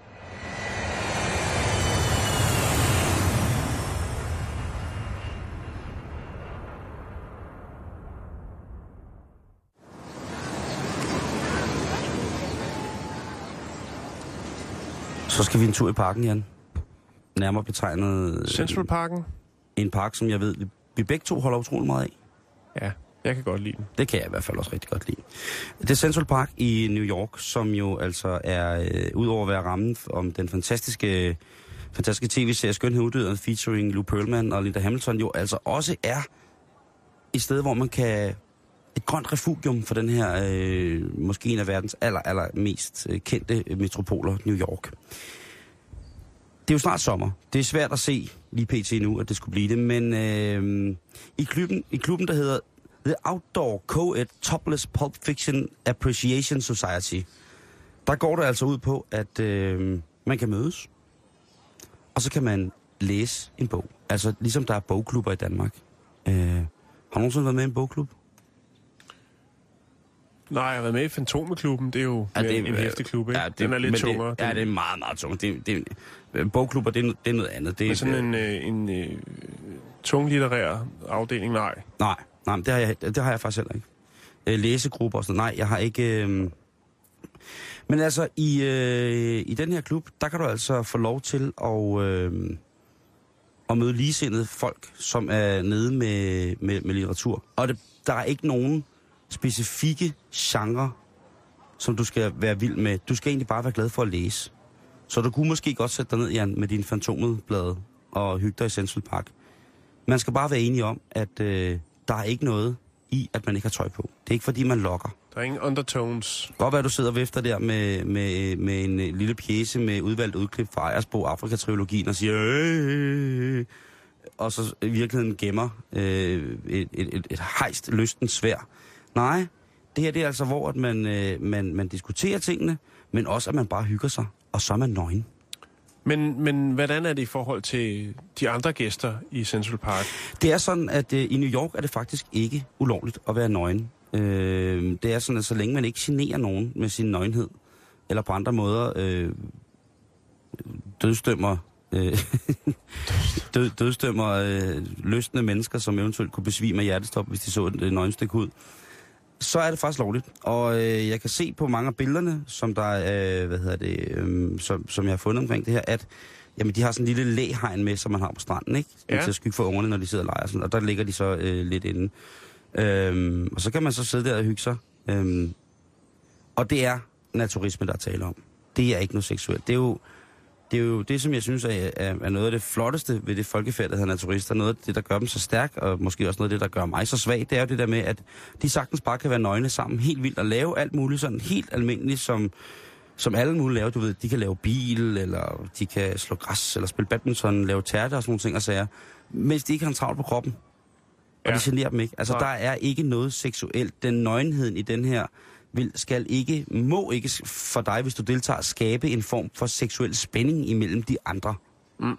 Så skal vi en tur i parken, Jan. Nærmere betegnet... Central Parken? En park, som jeg ved, vi, vi begge to holder utrolig meget af. Ja, jeg kan godt lide den. Det kan jeg i hvert fald også rigtig godt lide. Det er Central Park i New York, som jo altså er, øh, udover at være rammen om den fantastiske, fantastiske tv-serie Skønhed Uddøden, featuring Lou Pearlman og Linda Hamilton, jo altså også er et sted, hvor man kan... Et grønt refugium for den her, øh, måske en af verdens aller, aller mest øh, kendte metropoler, New York. Det er jo snart sommer. Det er svært at se lige pt. Nu, at det skulle blive det, men øh, i, klubben, i klubben, der hedder The Outdoor Co-ed Topless Pulp Fiction Appreciation Society, der går det altså ud på, at øh, man kan mødes, og så kan man læse en bog. Altså ligesom der er bogklubber i Danmark. Øh, har du nogensinde været med i en bogklub? Nej, jeg har været med i Fantomeklubben. Det er jo ja, det, en hæftig klub, ikke? Ja, det, den er lidt tungere. Det, ja, det er meget, meget tungere. Det, det, bogklubber, det er, det er noget andet. Det er sådan en, øh, en øh, tunglitterær afdeling, nej. Nej, nej, det har jeg, det har jeg faktisk heller ikke. Øh, læsegrupper og sådan nej, jeg har ikke... Øh... Men altså, i, øh, i den her klub, der kan du altså få lov til at, øh, at møde ligesindede folk, som er nede med, med, med litteratur. Og det, der er ikke nogen specifikke genre, som du skal være vild med. Du skal egentlig bare være glad for at læse. Så du kunne måske godt sætte dig ned, Jan, med din Fantomet-blade og hygge dig i Central Park. Man skal bare være enig om, at øh, der er ikke noget i, at man ikke har tøj på. Det er ikke, fordi man lokker. Der er ingen undertones. Godt være, at du sidder vifter der med, med, med en lille pjece med udvalgt udklip fra Ejersbo Afrika-trilogien og siger... Øh, og så i virkeligheden gemmer øh, et, et, et, et hejst lystens sværd. Nej, det her det er altså, hvor at man, øh, man, man diskuterer tingene, men også, at man bare hygger sig, og så er man nøgen. Men, men hvordan er det i forhold til de andre gæster i Central Park? Det er sådan, at øh, i New York er det faktisk ikke ulovligt at være nøgen. Øh, det er sådan, at så længe man ikke generer nogen med sin nøgenhed, eller på andre måder øh, dødsdømmer, øh, død, dødsdømmer øh, lystne mennesker, som eventuelt kunne besvime af hjertestop, hvis de så et øh, nøgenstykke ud, så er det faktisk lovligt. Og øh, jeg kan se på mange af billederne, som der øh, hvad hedder det, øh, som, som jeg har fundet omkring det her, at jamen, de har sådan en lille læhegn med, som man har på stranden, ikke? Ja. Til at skygge for ungerne, når de sidder og leger sådan, og der ligger de så øh, lidt inde. Øhm, og så kan man så sidde der og hygge sig. Øhm, og det er naturisme, der taler om. Det er ikke noget seksuelt. Det er jo det, er jo det som jeg synes er, er, er noget af det flotteste ved det folkefærd, der hedder naturister. Noget af det, der gør dem så stærk, og måske også noget af det, der gør mig så svag, det er jo det der med, at de sagtens bare kan være nøgne sammen helt vildt og lave alt muligt sådan helt almindeligt, som, som alle mulige laver. Du ved, de kan lave bil, eller de kan slå græs, eller spille badminton, lave tærte og sådan nogle ting og sager, mens de ikke har en travl på kroppen. Og ja. Det generer dem ikke. Altså, ja. Der er ikke noget seksuelt. Den nøgenheden i den her vil, skal ikke, må ikke for dig, hvis du deltager, skabe en form for seksuel spænding imellem de andre. Mm.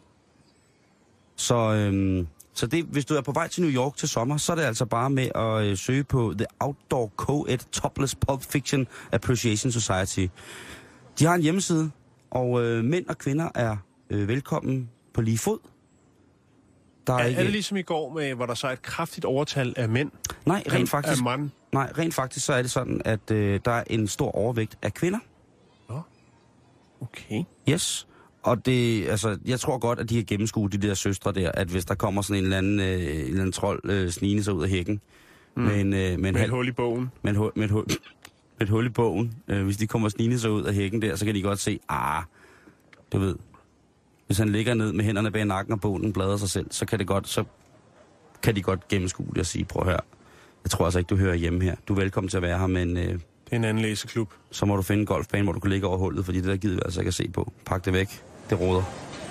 Så, øhm, så det, hvis du er på vej til New York til sommer, så er det altså bare med at øh, søge på The Outdoor Co-ed Topless Pulp Fiction Appreciation Society. De har en hjemmeside, og øh, mænd og kvinder er øh, velkommen på lige fod. Der er, er, ikke... er det ligesom i går, med, hvor der så er et kraftigt overtal af mænd? Nej, rent faktisk, af mand? nej, rent faktisk så er det sådan, at øh, der er en stor overvægt af kvinder. Nå, okay. Yes. Og det, altså, jeg tror godt, at de kan gennemskue de der søstre der, at hvis der kommer sådan en eller anden, øh, en eller anden trold øh, snigende sig ud af hækken, mm. med, en, øh, med, en med halv, et hul i bogen. Med et, hul, med et, hul, med et hul i bogen. Øh, hvis de kommer snigende sig ud af hækken der, så kan de godt se, ah, du ved, hvis han ligger ned med hænderne bag nakken og bogen bladrer sig selv, så kan det godt, så kan de godt gennemskue det og sige, prøv at høre, jeg tror altså ikke, du hører hjemme her. Du er velkommen til at være her, men øh, Det er en anden læseklub. så må du finde en golfbane, hvor du kan ligge over hullet, fordi det der gider vi altså ikke at se på. Pak det væk. Det råder.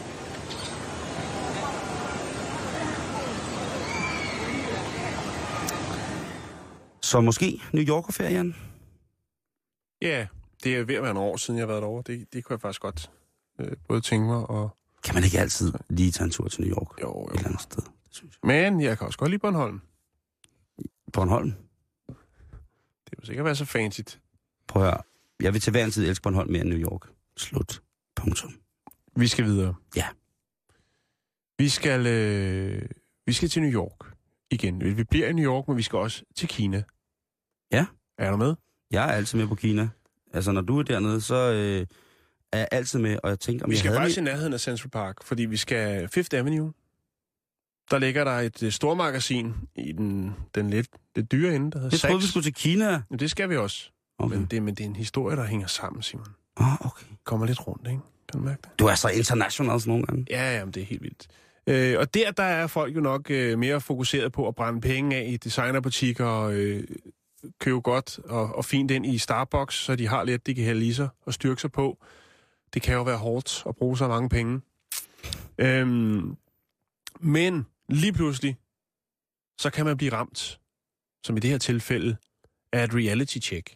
Så måske New Yorker-ferien? Ja, det er ved at være en år siden, jeg har været derovre. Det, det kunne jeg faktisk godt øh, både tænke mig og... Kan man ikke altid lige tage en tur til New York? Jo, jo. Et eller andet sted, det synes jeg. Men jeg kan også godt lide Bornholm. Bornholm? Det vil sikkert være så fancy. Prøv at høre. Jeg vil til hver en tid elske Bornholm mere end New York. Slut. Punktum. Vi skal videre. Ja. Vi skal, øh, vi skal til New York igen. Vi bliver i New York, men vi skal også til Kina. Ja. Er du med? Jeg er altid med på Kina. Altså, når du er dernede, så øh, er jeg altid med, og jeg tænkte, om Vi jeg skal havde faktisk mit... i nærheden af Central Park, fordi vi skal Fifth Avenue. Der ligger der et øh, stormagasin i den, den lidt, lidt dyre ende, der hedder Jeg troede, vi Saks. skulle til Kina. Men det skal vi også. Okay. Men, det, men det er en historie, der hænger sammen, Simon. Ah, okay. Kommer lidt rundt, ikke? Kan du mærke det? Du er så international nogle gange. Ja, jamen, det er helt vildt. Øh, og der, der er folk jo nok øh, mere fokuseret på at brænde penge af i designerbutikker og øh, købe godt og, og fint ind i Starbucks, så de har lidt, de kan hælde i sig og styrke sig på. Det kan jo være hårdt at bruge så mange penge. Øhm, men lige pludselig, så kan man blive ramt, som i det her tilfælde, af et reality check.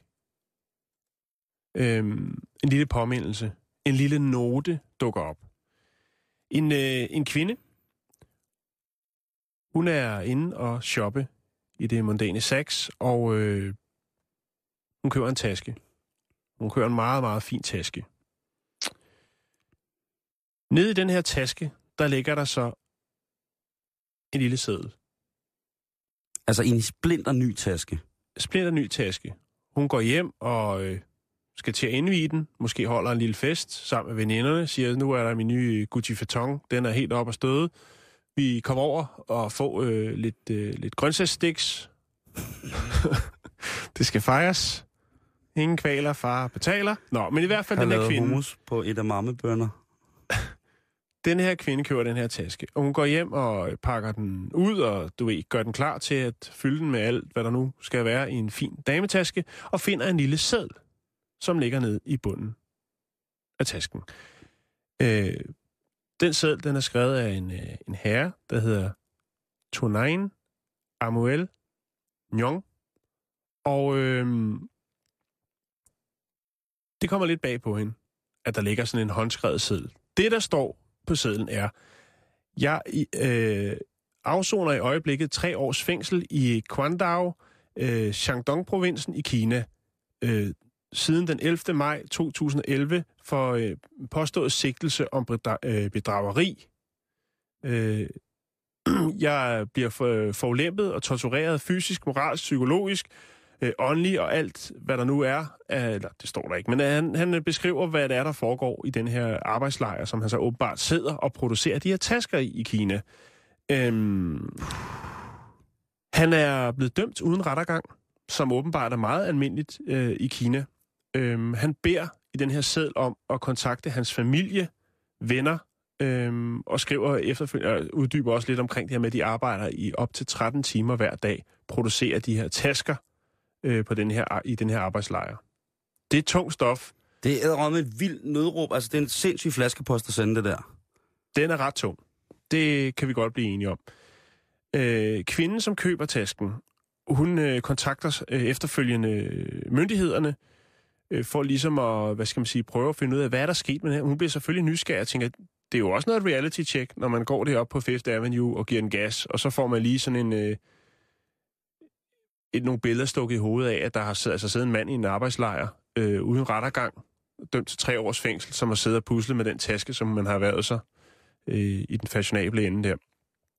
Øhm, en lille påmindelse, en lille note dukker op. En, øh, en kvinde, hun er inde og shoppe i det mondæne Saks, og øh, hun køber en taske. Hun køber en meget, meget fin taske. Nede i den her taske, der ligger der så en lille seddel. Altså en splinter ny taske. Splinter ny taske. Hun går hjem og øh, skal til at indvie den. Måske holder en lille fest sammen med veninderne. Siger, nu er der min nye Gucci Vuitton. Den er helt op at støde. Vi kommer over og får øh, lidt, øh, lidt grøntsagssticks. Det skal fejres. Ingen kvaler, far betaler. Nå, men i hvert fald Han den her kvinde. hummus på et af mammebønner. Den her kvinde køber den her taske, og hun går hjem og pakker den ud, og du ved, gør den klar til at fylde den med alt, hvad der nu skal være i en fin dametaske, og finder en lille seddel, som ligger ned i bunden af tasken. Øh, den seddel, den er skrevet af en, øh, en herre, der hedder Tonain Amuel Nyong, og øh, det kommer lidt bag på hende, at der ligger sådan en håndskrevet seddel. Det, der står på sedlen er, jeg øh, afsoner i øjeblikket tre års fængsel i Qandao, øh, Shandong-provinsen i Kina, øh, siden den ellevte maj to tusind og elleve for øh, påstået sigtelse om bedra- øh, bedrageri. Øh, jeg bliver for, forulæmpet og tortureret fysisk, moralsk, psykologisk, øh, åndelig og alt, hvad der nu er. Øh, eller, det står der ikke, men han, han beskriver, hvad det er, der foregår i den her arbejdslejr, som han så åbenbart sidder og producerer de her tasker i i Kina. Øhm, han er blevet dømt uden rettergang, som åbenbart er meget almindeligt øh, i Kina. Øhm, han beder i den her seddel om at kontakte hans familie, venner, øhm, og skriver efterfølgende, og uddyber også lidt omkring det her med, at de arbejder i op til tretten timer hver dag, producerer de her tasker øh, på den her, i den her arbejdslejr. Det er tungt stof. Det er med et vildt nødråb. Altså, det er en sindssyg flaskepost at sende det der. Den er ret tung. Det kan vi godt blive enige om. Øh, kvinden, som køber tasken, hun øh, kontakter øh, efterfølgende myndighederne, øh, for ligesom at, hvad skal man sige, prøve at finde ud af, hvad er der sket med det her. Hun bliver selvfølgelig nysgerrig og tænker, det er jo også noget reality-check, når man går derop på Fifth Avenue og giver en gas, og så får man lige sådan en... Øh, et, nogle billeder stukket i hovedet af, at der har siddet, altså siddet en mand i en arbejdslejr øh, uden rettergang, dømt til tre års fængsel, som har siddet og puslet med den taske, som man har været sig øh, i den fashionable ende der.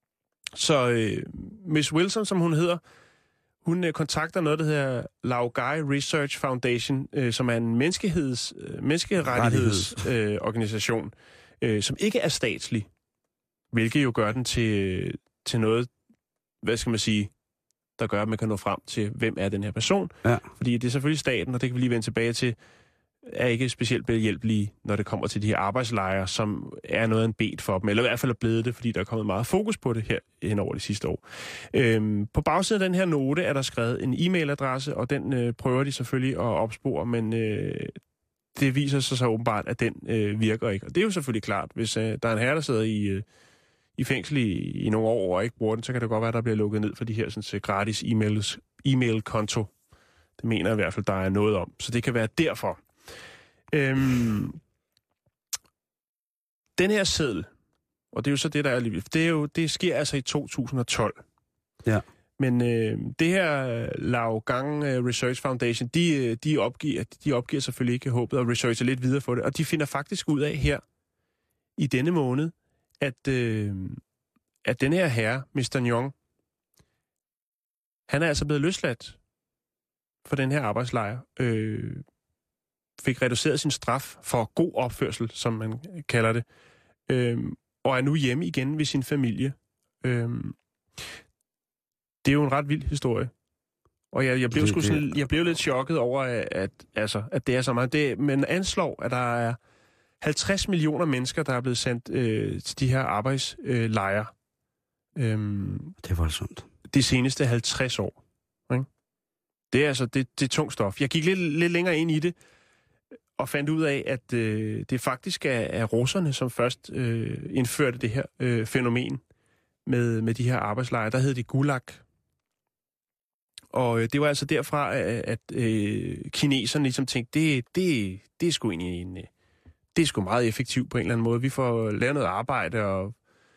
Så øh, Miss Wilson, som hun hedder, hun øh, kontakter noget, der hedder Laogai Research Foundation, øh, som er en menneskeheds, øh, menneskerettighedsorganisation, øh, øh, som ikke er statslig, hvilket jo gør den til, til noget, hvad skal man sige, der gør, at man kan nå frem til, hvem er den her person. Ja. Fordi det er selvfølgelig staten, og det kan vi lige vende tilbage til, er ikke specielt behjælpelige, når det kommer til de her arbejdslejre, som er noget af en bed for dem, eller i hvert fald er blevet det, fordi der er kommet meget fokus på det her hen over de sidste år. Øhm, på bagsiden af den her note er der skrevet en e-mailadresse, og den øh, prøver de selvfølgelig at opspore, men øh, det viser sig så åbenbart, at den øh, virker ikke. Og det er jo selvfølgelig klart, hvis øh, der er en herre, der sidder i, øh, i fængsel i, i nogle år og ikke bruger den, så kan det godt være, at der bliver lukket ned for de her sådan, gratis e-mails, e-mail-konto. Det mener jeg i hvert fald, der er noget om. Så det kan være derfor. Øhm, den her seddel, og det er jo så det, der er lidt, det, er jo, det sker altså i to tusind og tolv. Ja. Men øh, det her Laogang Research Foundation, de, de, opgiver, de opgiver selvfølgelig ikke håbet og researcher lidt videre for det, og de finder faktisk ud af her i denne måned, at, øh, at den her herre, mister Njong, han er altså blevet løsladt for den her arbejdslejr. Øh, fik reduceret sin straf for god opførsel, som man kalder det, øhm, og er nu hjemme igen ved sin familie. Øhm, det er jo en ret vild historie. Og jeg, jeg, blev, det, sgu sådan, jeg blev lidt chokket over, at, at, altså, at det er så meget. Det, men anslår, at der er halvtreds millioner mennesker, der er blevet sendt øh, til de her arbejdslejre. Øh, øhm, det er voldsomt. De seneste halvtreds år. Ikke? Det er altså det, det er tungt stof. Jeg gik lidt, lidt længere ind i det, og fandt ud af, at øh, det faktisk er, er russerne, som først øh, indførte det her øh, fænomen med, med de her arbejdslejre. Der hed det Gulag. Og øh, det var altså derfra, at, at øh, kineserne ligesom tænkte, det, det, det er sgu egentlig en, det er sgu meget effektivt på en eller anden måde. Vi får lavet noget arbejde, og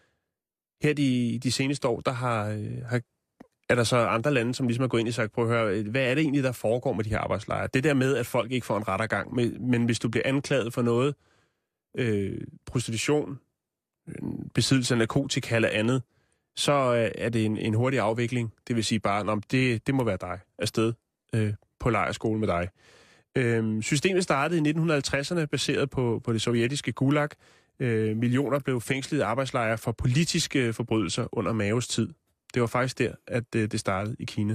her de, de seneste år, der har, har er der så andre lande, som ligesom har gået ind og sagt, prøv at høre, hvad er det egentlig, der foregår med de her arbejdslejre? Det der med, at folk ikke får en rettergang, men, men hvis du bliver anklaget for noget, øh, prostitution, besiddelse af narkotika eller andet, så er det en, en hurtig afvikling. Det vil sige bare, at det, det må være dig afsted øh, på lejrskole med dig. Øh, systemet startede i nitten halvtredserne, baseret på, på det sovjetiske Gulag. Øh, millioner blev fængslet i arbejdslejre for politiske forbrydelser under Maos tid. Det var faktisk der, at det, det startede i Kina.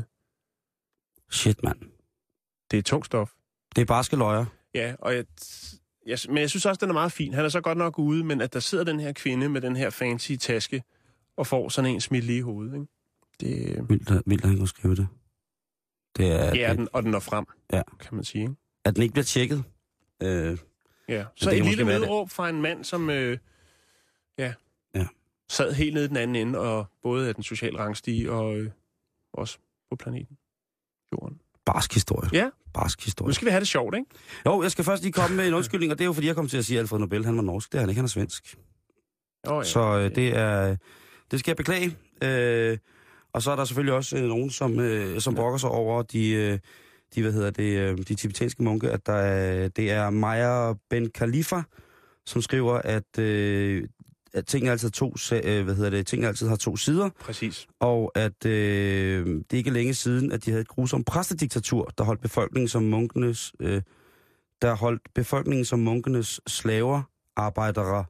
Shit, mand. Det er tungt stof. Det er barske løjer. Ja, og jeg, jeg, men jeg synes også, den er meget fin. Han er så godt nok ude, men at der sidder den her kvinde med den her fancy taske og får sådan en smidt lige i hovedet. Ikke? Det, vildt, vildt, at han kunne skrive det. Det er... Ja, det, den, og den når frem, ja. Kan man sige. Ikke? At den ikke bliver tjekket. Øh, ja, så et lille medråb fra en mand, som... Øh, ja... Ja. sad helt nede den anden ende, og både af den sociale rangstige og øh, også på planeten Jorden. Barsk historie. Ja. Barsk historie. Nu skal vi have det sjovt, ikke? Jo, jeg skal først lige komme med en undskyldning, og det er jo fordi, jeg kom til at sige, at Alfred Nobel, han var norsk. Det er han ikke, han er svensk. Oh, ja. Så øh, det er... Det skal jeg beklage. Øh, og så er der selvfølgelig også øh, nogen, som, øh, som brokker sig over de... Øh, de, hvad hedder det, øh, de tibetanske munke, at der er, det er Maja Ben Khalifa, som skriver, at... Øh, at tingene altid, to, øh, hvad hedder det, tingene altid har to sider. Præcis. Og at øh, det er ikke længe siden, at de havde et grusomt præstediktatur, der holdt befolkningen som munkenes, øh, der holdt befolkningen som munkenes slaver, arbejdere.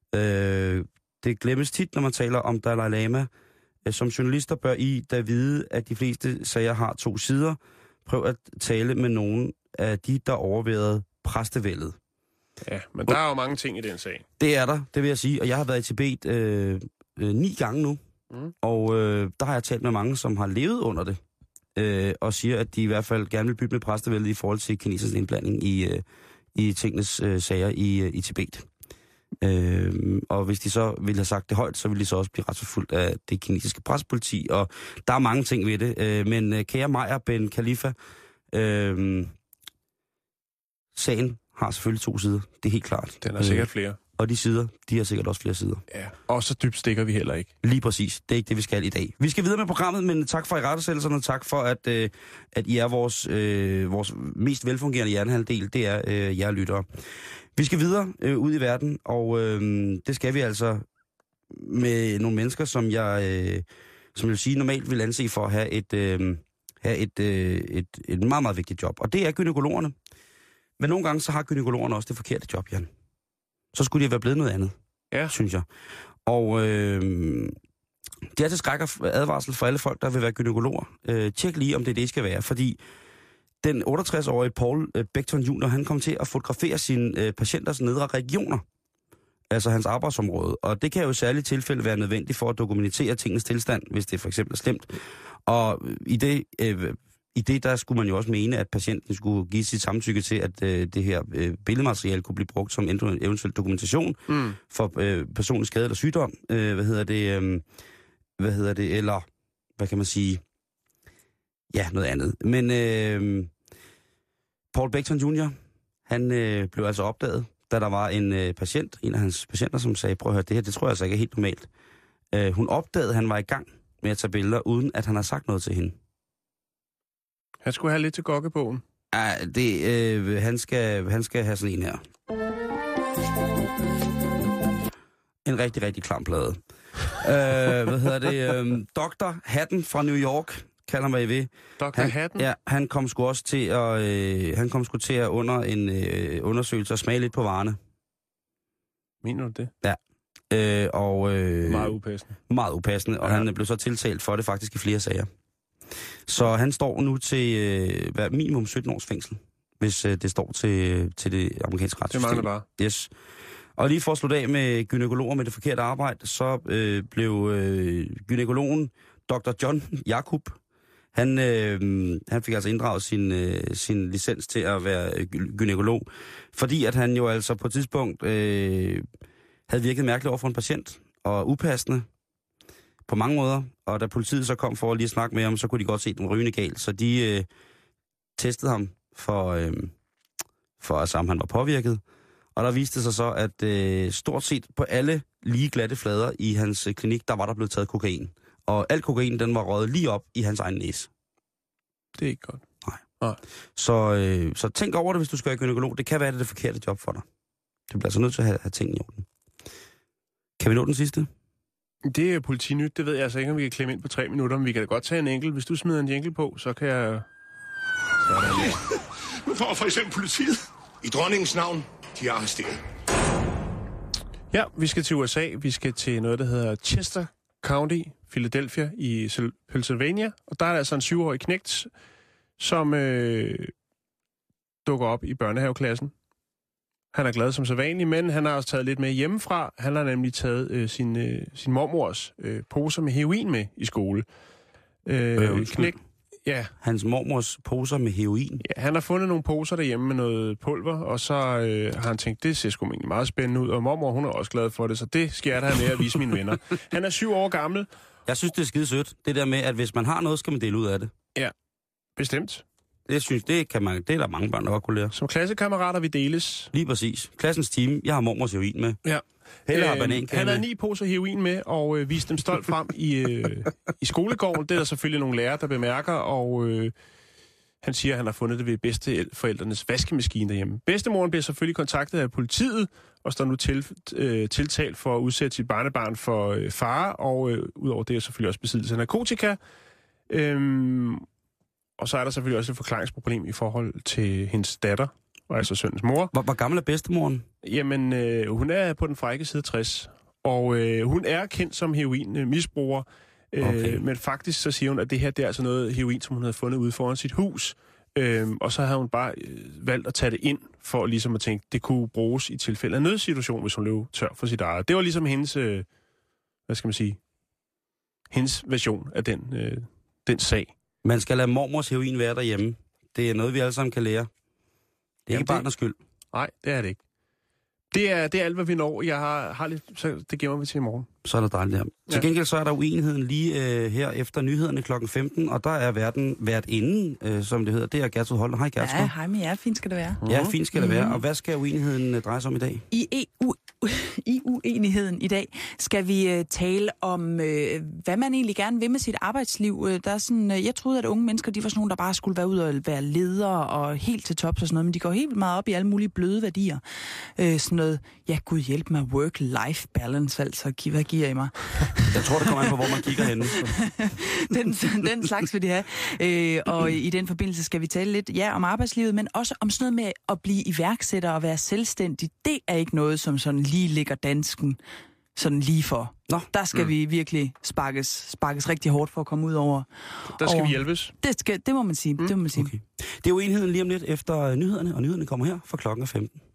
Øh, det glemmes tit, når man taler om Dalai Lama. Øh, som journalister bør I da vide, at de fleste sager har to sider. Prøv at tale med nogen af de, der overværede præstevældet. Ja, men der er jo mange ting i den sag. Det er der, det vil jeg sige. Og jeg har været i Tibet øh, øh, ni gange nu. Mm. Og øh, der har jeg talt med mange, som har levet under det. Øh, og siger, at de i hvert fald gerne vil bytte med præstevældet i forhold til kinesers indblanding i, øh, i tingenes øh, sager i, øh, i Tibet. Øh, og hvis de så ville have sagt det højt, så ville de så også blive retsforfulgt af det kinesiske pressepoliti. Og der er mange ting ved det. Øh, men øh, kære Maja Ben Khalifa, øh, sagen har selvfølgelig to sider. Det er helt klart. Den er sikkert flere. Og de sider, de har sikkert også flere sider. Ja, og så dybt stikker vi heller ikke. Lige præcis. Det er ikke det, vi skal i dag. Vi skal videre med programmet, men tak for irettesættelserne, og tak for, at, øh, at I er vores, øh, vores mest velfungerende hjernehalvdel. Det er øh, jer lyttere. Vi skal videre øh, ud i verden, og øh, det skal vi altså med nogle mennesker, som jeg, øh, som jeg vil sige, normalt vil anse for at have et, øh, have et, øh, et, et meget, meget vigtigt job. Og det er gynækologerne. Men nogle gange så har gynækologerne også det forkerte job, Jan. Så skulle de være blevet noget andet, ja. synes jeg. Og øh, det er til skræk og advarsel for alle folk, der vil være gynækologer. Øh, tjek lige, om det er det, skal være, fordi den otteogtres-årige Paul øh, Beckton junior, han kom til at fotografere sine øh, patienters nedre regioner, altså hans arbejdsområde. Og det kan jo i særlige tilfælde være nødvendigt for at dokumentere tingens tilstand, hvis det for eksempel er slemt. Og i det, øh, i det der skulle man jo også mene, at patienten skulle give sit samtykke til, at øh, det her øh, billedmateriale kunne blive brugt som eventuel dokumentation mm. for øh, personlig skade eller sygdom. Øh, hvad hedder det? Øh, hvad hedder det? Eller, hvad kan man sige? Ja, noget andet. Men øh, Paul Beckton junior, han øh, blev altså opdaget, da der var en øh, patient, en af hans patienter, som sagde, prøv at høre, det her, det tror jeg altså ikke er helt normalt. Øh, hun opdagede, at han var i gang med at tage billeder, uden at han har sagt noget til hende. Han skulle have lidt til gokkebogen. Ja, det, øh, han, skal, han skal have sådan en her. En rigtig, rigtig klam plade. øh, hvad hedder det? Øh, doktor Hatten fra New York, kalder mig ved. doktor Han, Hatten? ja, han kom sgu også til at, øh, han kom sgu til at under en øh, undersøgelse og smage lidt på varerne. Mener du det? Ja. Øh, og, øh, meget upassende. Meget upassende, og ja. Han blev så tiltalt for det faktisk i flere sager. Så han står nu til øh, minimum sytten års fængsel, hvis øh, det står til, til det amerikanske retssystem. Det mangler bare. Yes. Og lige for at slutte af med gynækologer med det forkerte arbejde, så øh, blev øh, gynækologen doktor John Jakob, han, øh, han fik altså inddraget sin, øh, sin licens til at være gynækolog, fordi at han jo altså på et tidspunkt øh, havde virket mærkeligt over for en patient, og upassende på mange måder. Og da politiet så kom for at lige at snakke med ham, så kunne de godt se, at den var rygende galt. Så de øh, testede ham for, øh, for at sammen han var påvirket. Og der viste sig så, at øh, stort set på alle lige glatte flader i hans øh, klinik, der var der blevet taget kokain. Og al kokain, den var røget lige op i hans egen næse. Det er ikke godt. Nej. Nej. Så, øh, så tænk over det, hvis du skal være gynækolog. Det kan være, det er det forkerte job for dig. Du bliver altså nødt til at have, have ting i orden. Kan vi nå den sidste? Det er politinyt. Det ved jeg altså ikke, om vi kan klemme ind på tre minutter, men vi kan da godt tage en enkelt. Hvis du smider en jingle på, så kan jeg... Nu får for eksempel politiet. I dronningens navn, de er arresteret. Ja, vi skal til U S A. Vi skal til noget, der hedder Chester County, Philadelphia i Pennsylvania. Og der er altså en syvårig knægt, som øh, dukker op i børnehaveklassen. Han er glad som sædvanlig, men han har også taget lidt med hjemmefra. Han har nemlig taget øh, sin, øh, sin mormors øh, poser med heroin med i skole. Øh, øh, knæk, ja. Hans mormors poser med heroin? Ja, han har fundet nogle poser derhjemme med noget pulver, og så øh, har han tænkt, det ser sgu egentlig meget spændende ud, og mormor, hun er også glad for det, så det skal jeg da have med at vise mine venner. Han er syv år gammel. Jeg synes, det er skide sødt. Det der med, at hvis man har noget, skal man dele ud af det. Ja, bestemt. Det synes det kan man, det er der mange børn, der godt kunne lære. Som klassekammerater, vi deles. Lige præcis. Klassens team. Jeg har mormors heroin med. Ja. Heller øh, banan, han havde ni poser heroin med, og øh, viste dem stolt frem i, øh, i skolegården. Det er der selvfølgelig nogle lærere, der bemærker, og øh, han siger, at han har fundet det ved bedsteforældrenes vaskemaskine derhjemme. Bedstemoren bliver selvfølgelig kontaktet af politiet, og står nu til, øh, tiltalt for at udsætte sit barnebarn for øh, fare, og øh, udover det er selvfølgelig også besiddelse af narkotika. Øhm, og så er der selvfølgelig også et forklaringsproblem i forhold til hendes datter, og altså sønnens mor. Hvor, hvor gammel er bedstemoren? Jamen, øh, hun er på den frække side tres, og øh, hun er kendt som heroinmisbruger, øh, okay. Men faktisk så siger hun, at det her det er altså noget heroin, som hun havde fundet ude foran sit hus, øh, og så havde hun bare øh, valgt at tage det ind, for ligesom at tænke, det kunne bruges i tilfælde af nødsituation, hvis hun løb tør for sit eget. Det var ligesom hendes, øh, hvad skal man sige, hendes version af den, øh, den sag. Man skal lade mormors heroin være derhjemme. Det er noget, vi alle sammen kan lære. Det er Jamen ikke barnets skyld. Nej, det er det ikke. Det er, det er alt, hvad vi når. Jeg har, har lidt, så det gemmer vi til i morgen. Så er det dejligt her. Ja. Til gengæld så er der uenigheden lige øh, her efter nyhederne klokken femten, og der er verden vært inden, øh, som det hedder. Det er Gertrud Holder. Hej Gertrud. Ja, hej med jer. Fint skal det være. Ja, fint skal det være. Og hvad skal uenigheden øh, dreje sig om i dag? I E U, i uenigheden i dag skal vi øh, tale om, øh, hvad man egentlig gerne vil med sit arbejdsliv. Øh, der er sådan, øh, jeg troede, at unge mennesker, de var sådan nogle, der bare skulle være ud og være ledere og helt til tops og sådan noget, men de går helt meget op i alle mulige bløde værdier. Øh, sådan noget, ja, gud hjælp mig, work-life balance, altså, hvad giver I mig? Jeg tror, det kommer an på, hvor man kigger henne. den, den slags vil de have. Øh, og i den forbindelse skal vi tale lidt, ja, om arbejdslivet, men også om sådan noget med at blive iværksætter og være selvstændig. Det er ikke noget, som sådan lige ligger dansken sådan lige for. Nå. Der skal mm. vi virkelig sparkes, sparkes rigtig hårdt for at komme ud over. Der skal over. vi hjælpes. Det, skal, det må man sige. Mm. Det må man sige. Okay. Det er jo enheden lige om lidt efter nyhederne, og nyhederne kommer her fra klokken femten.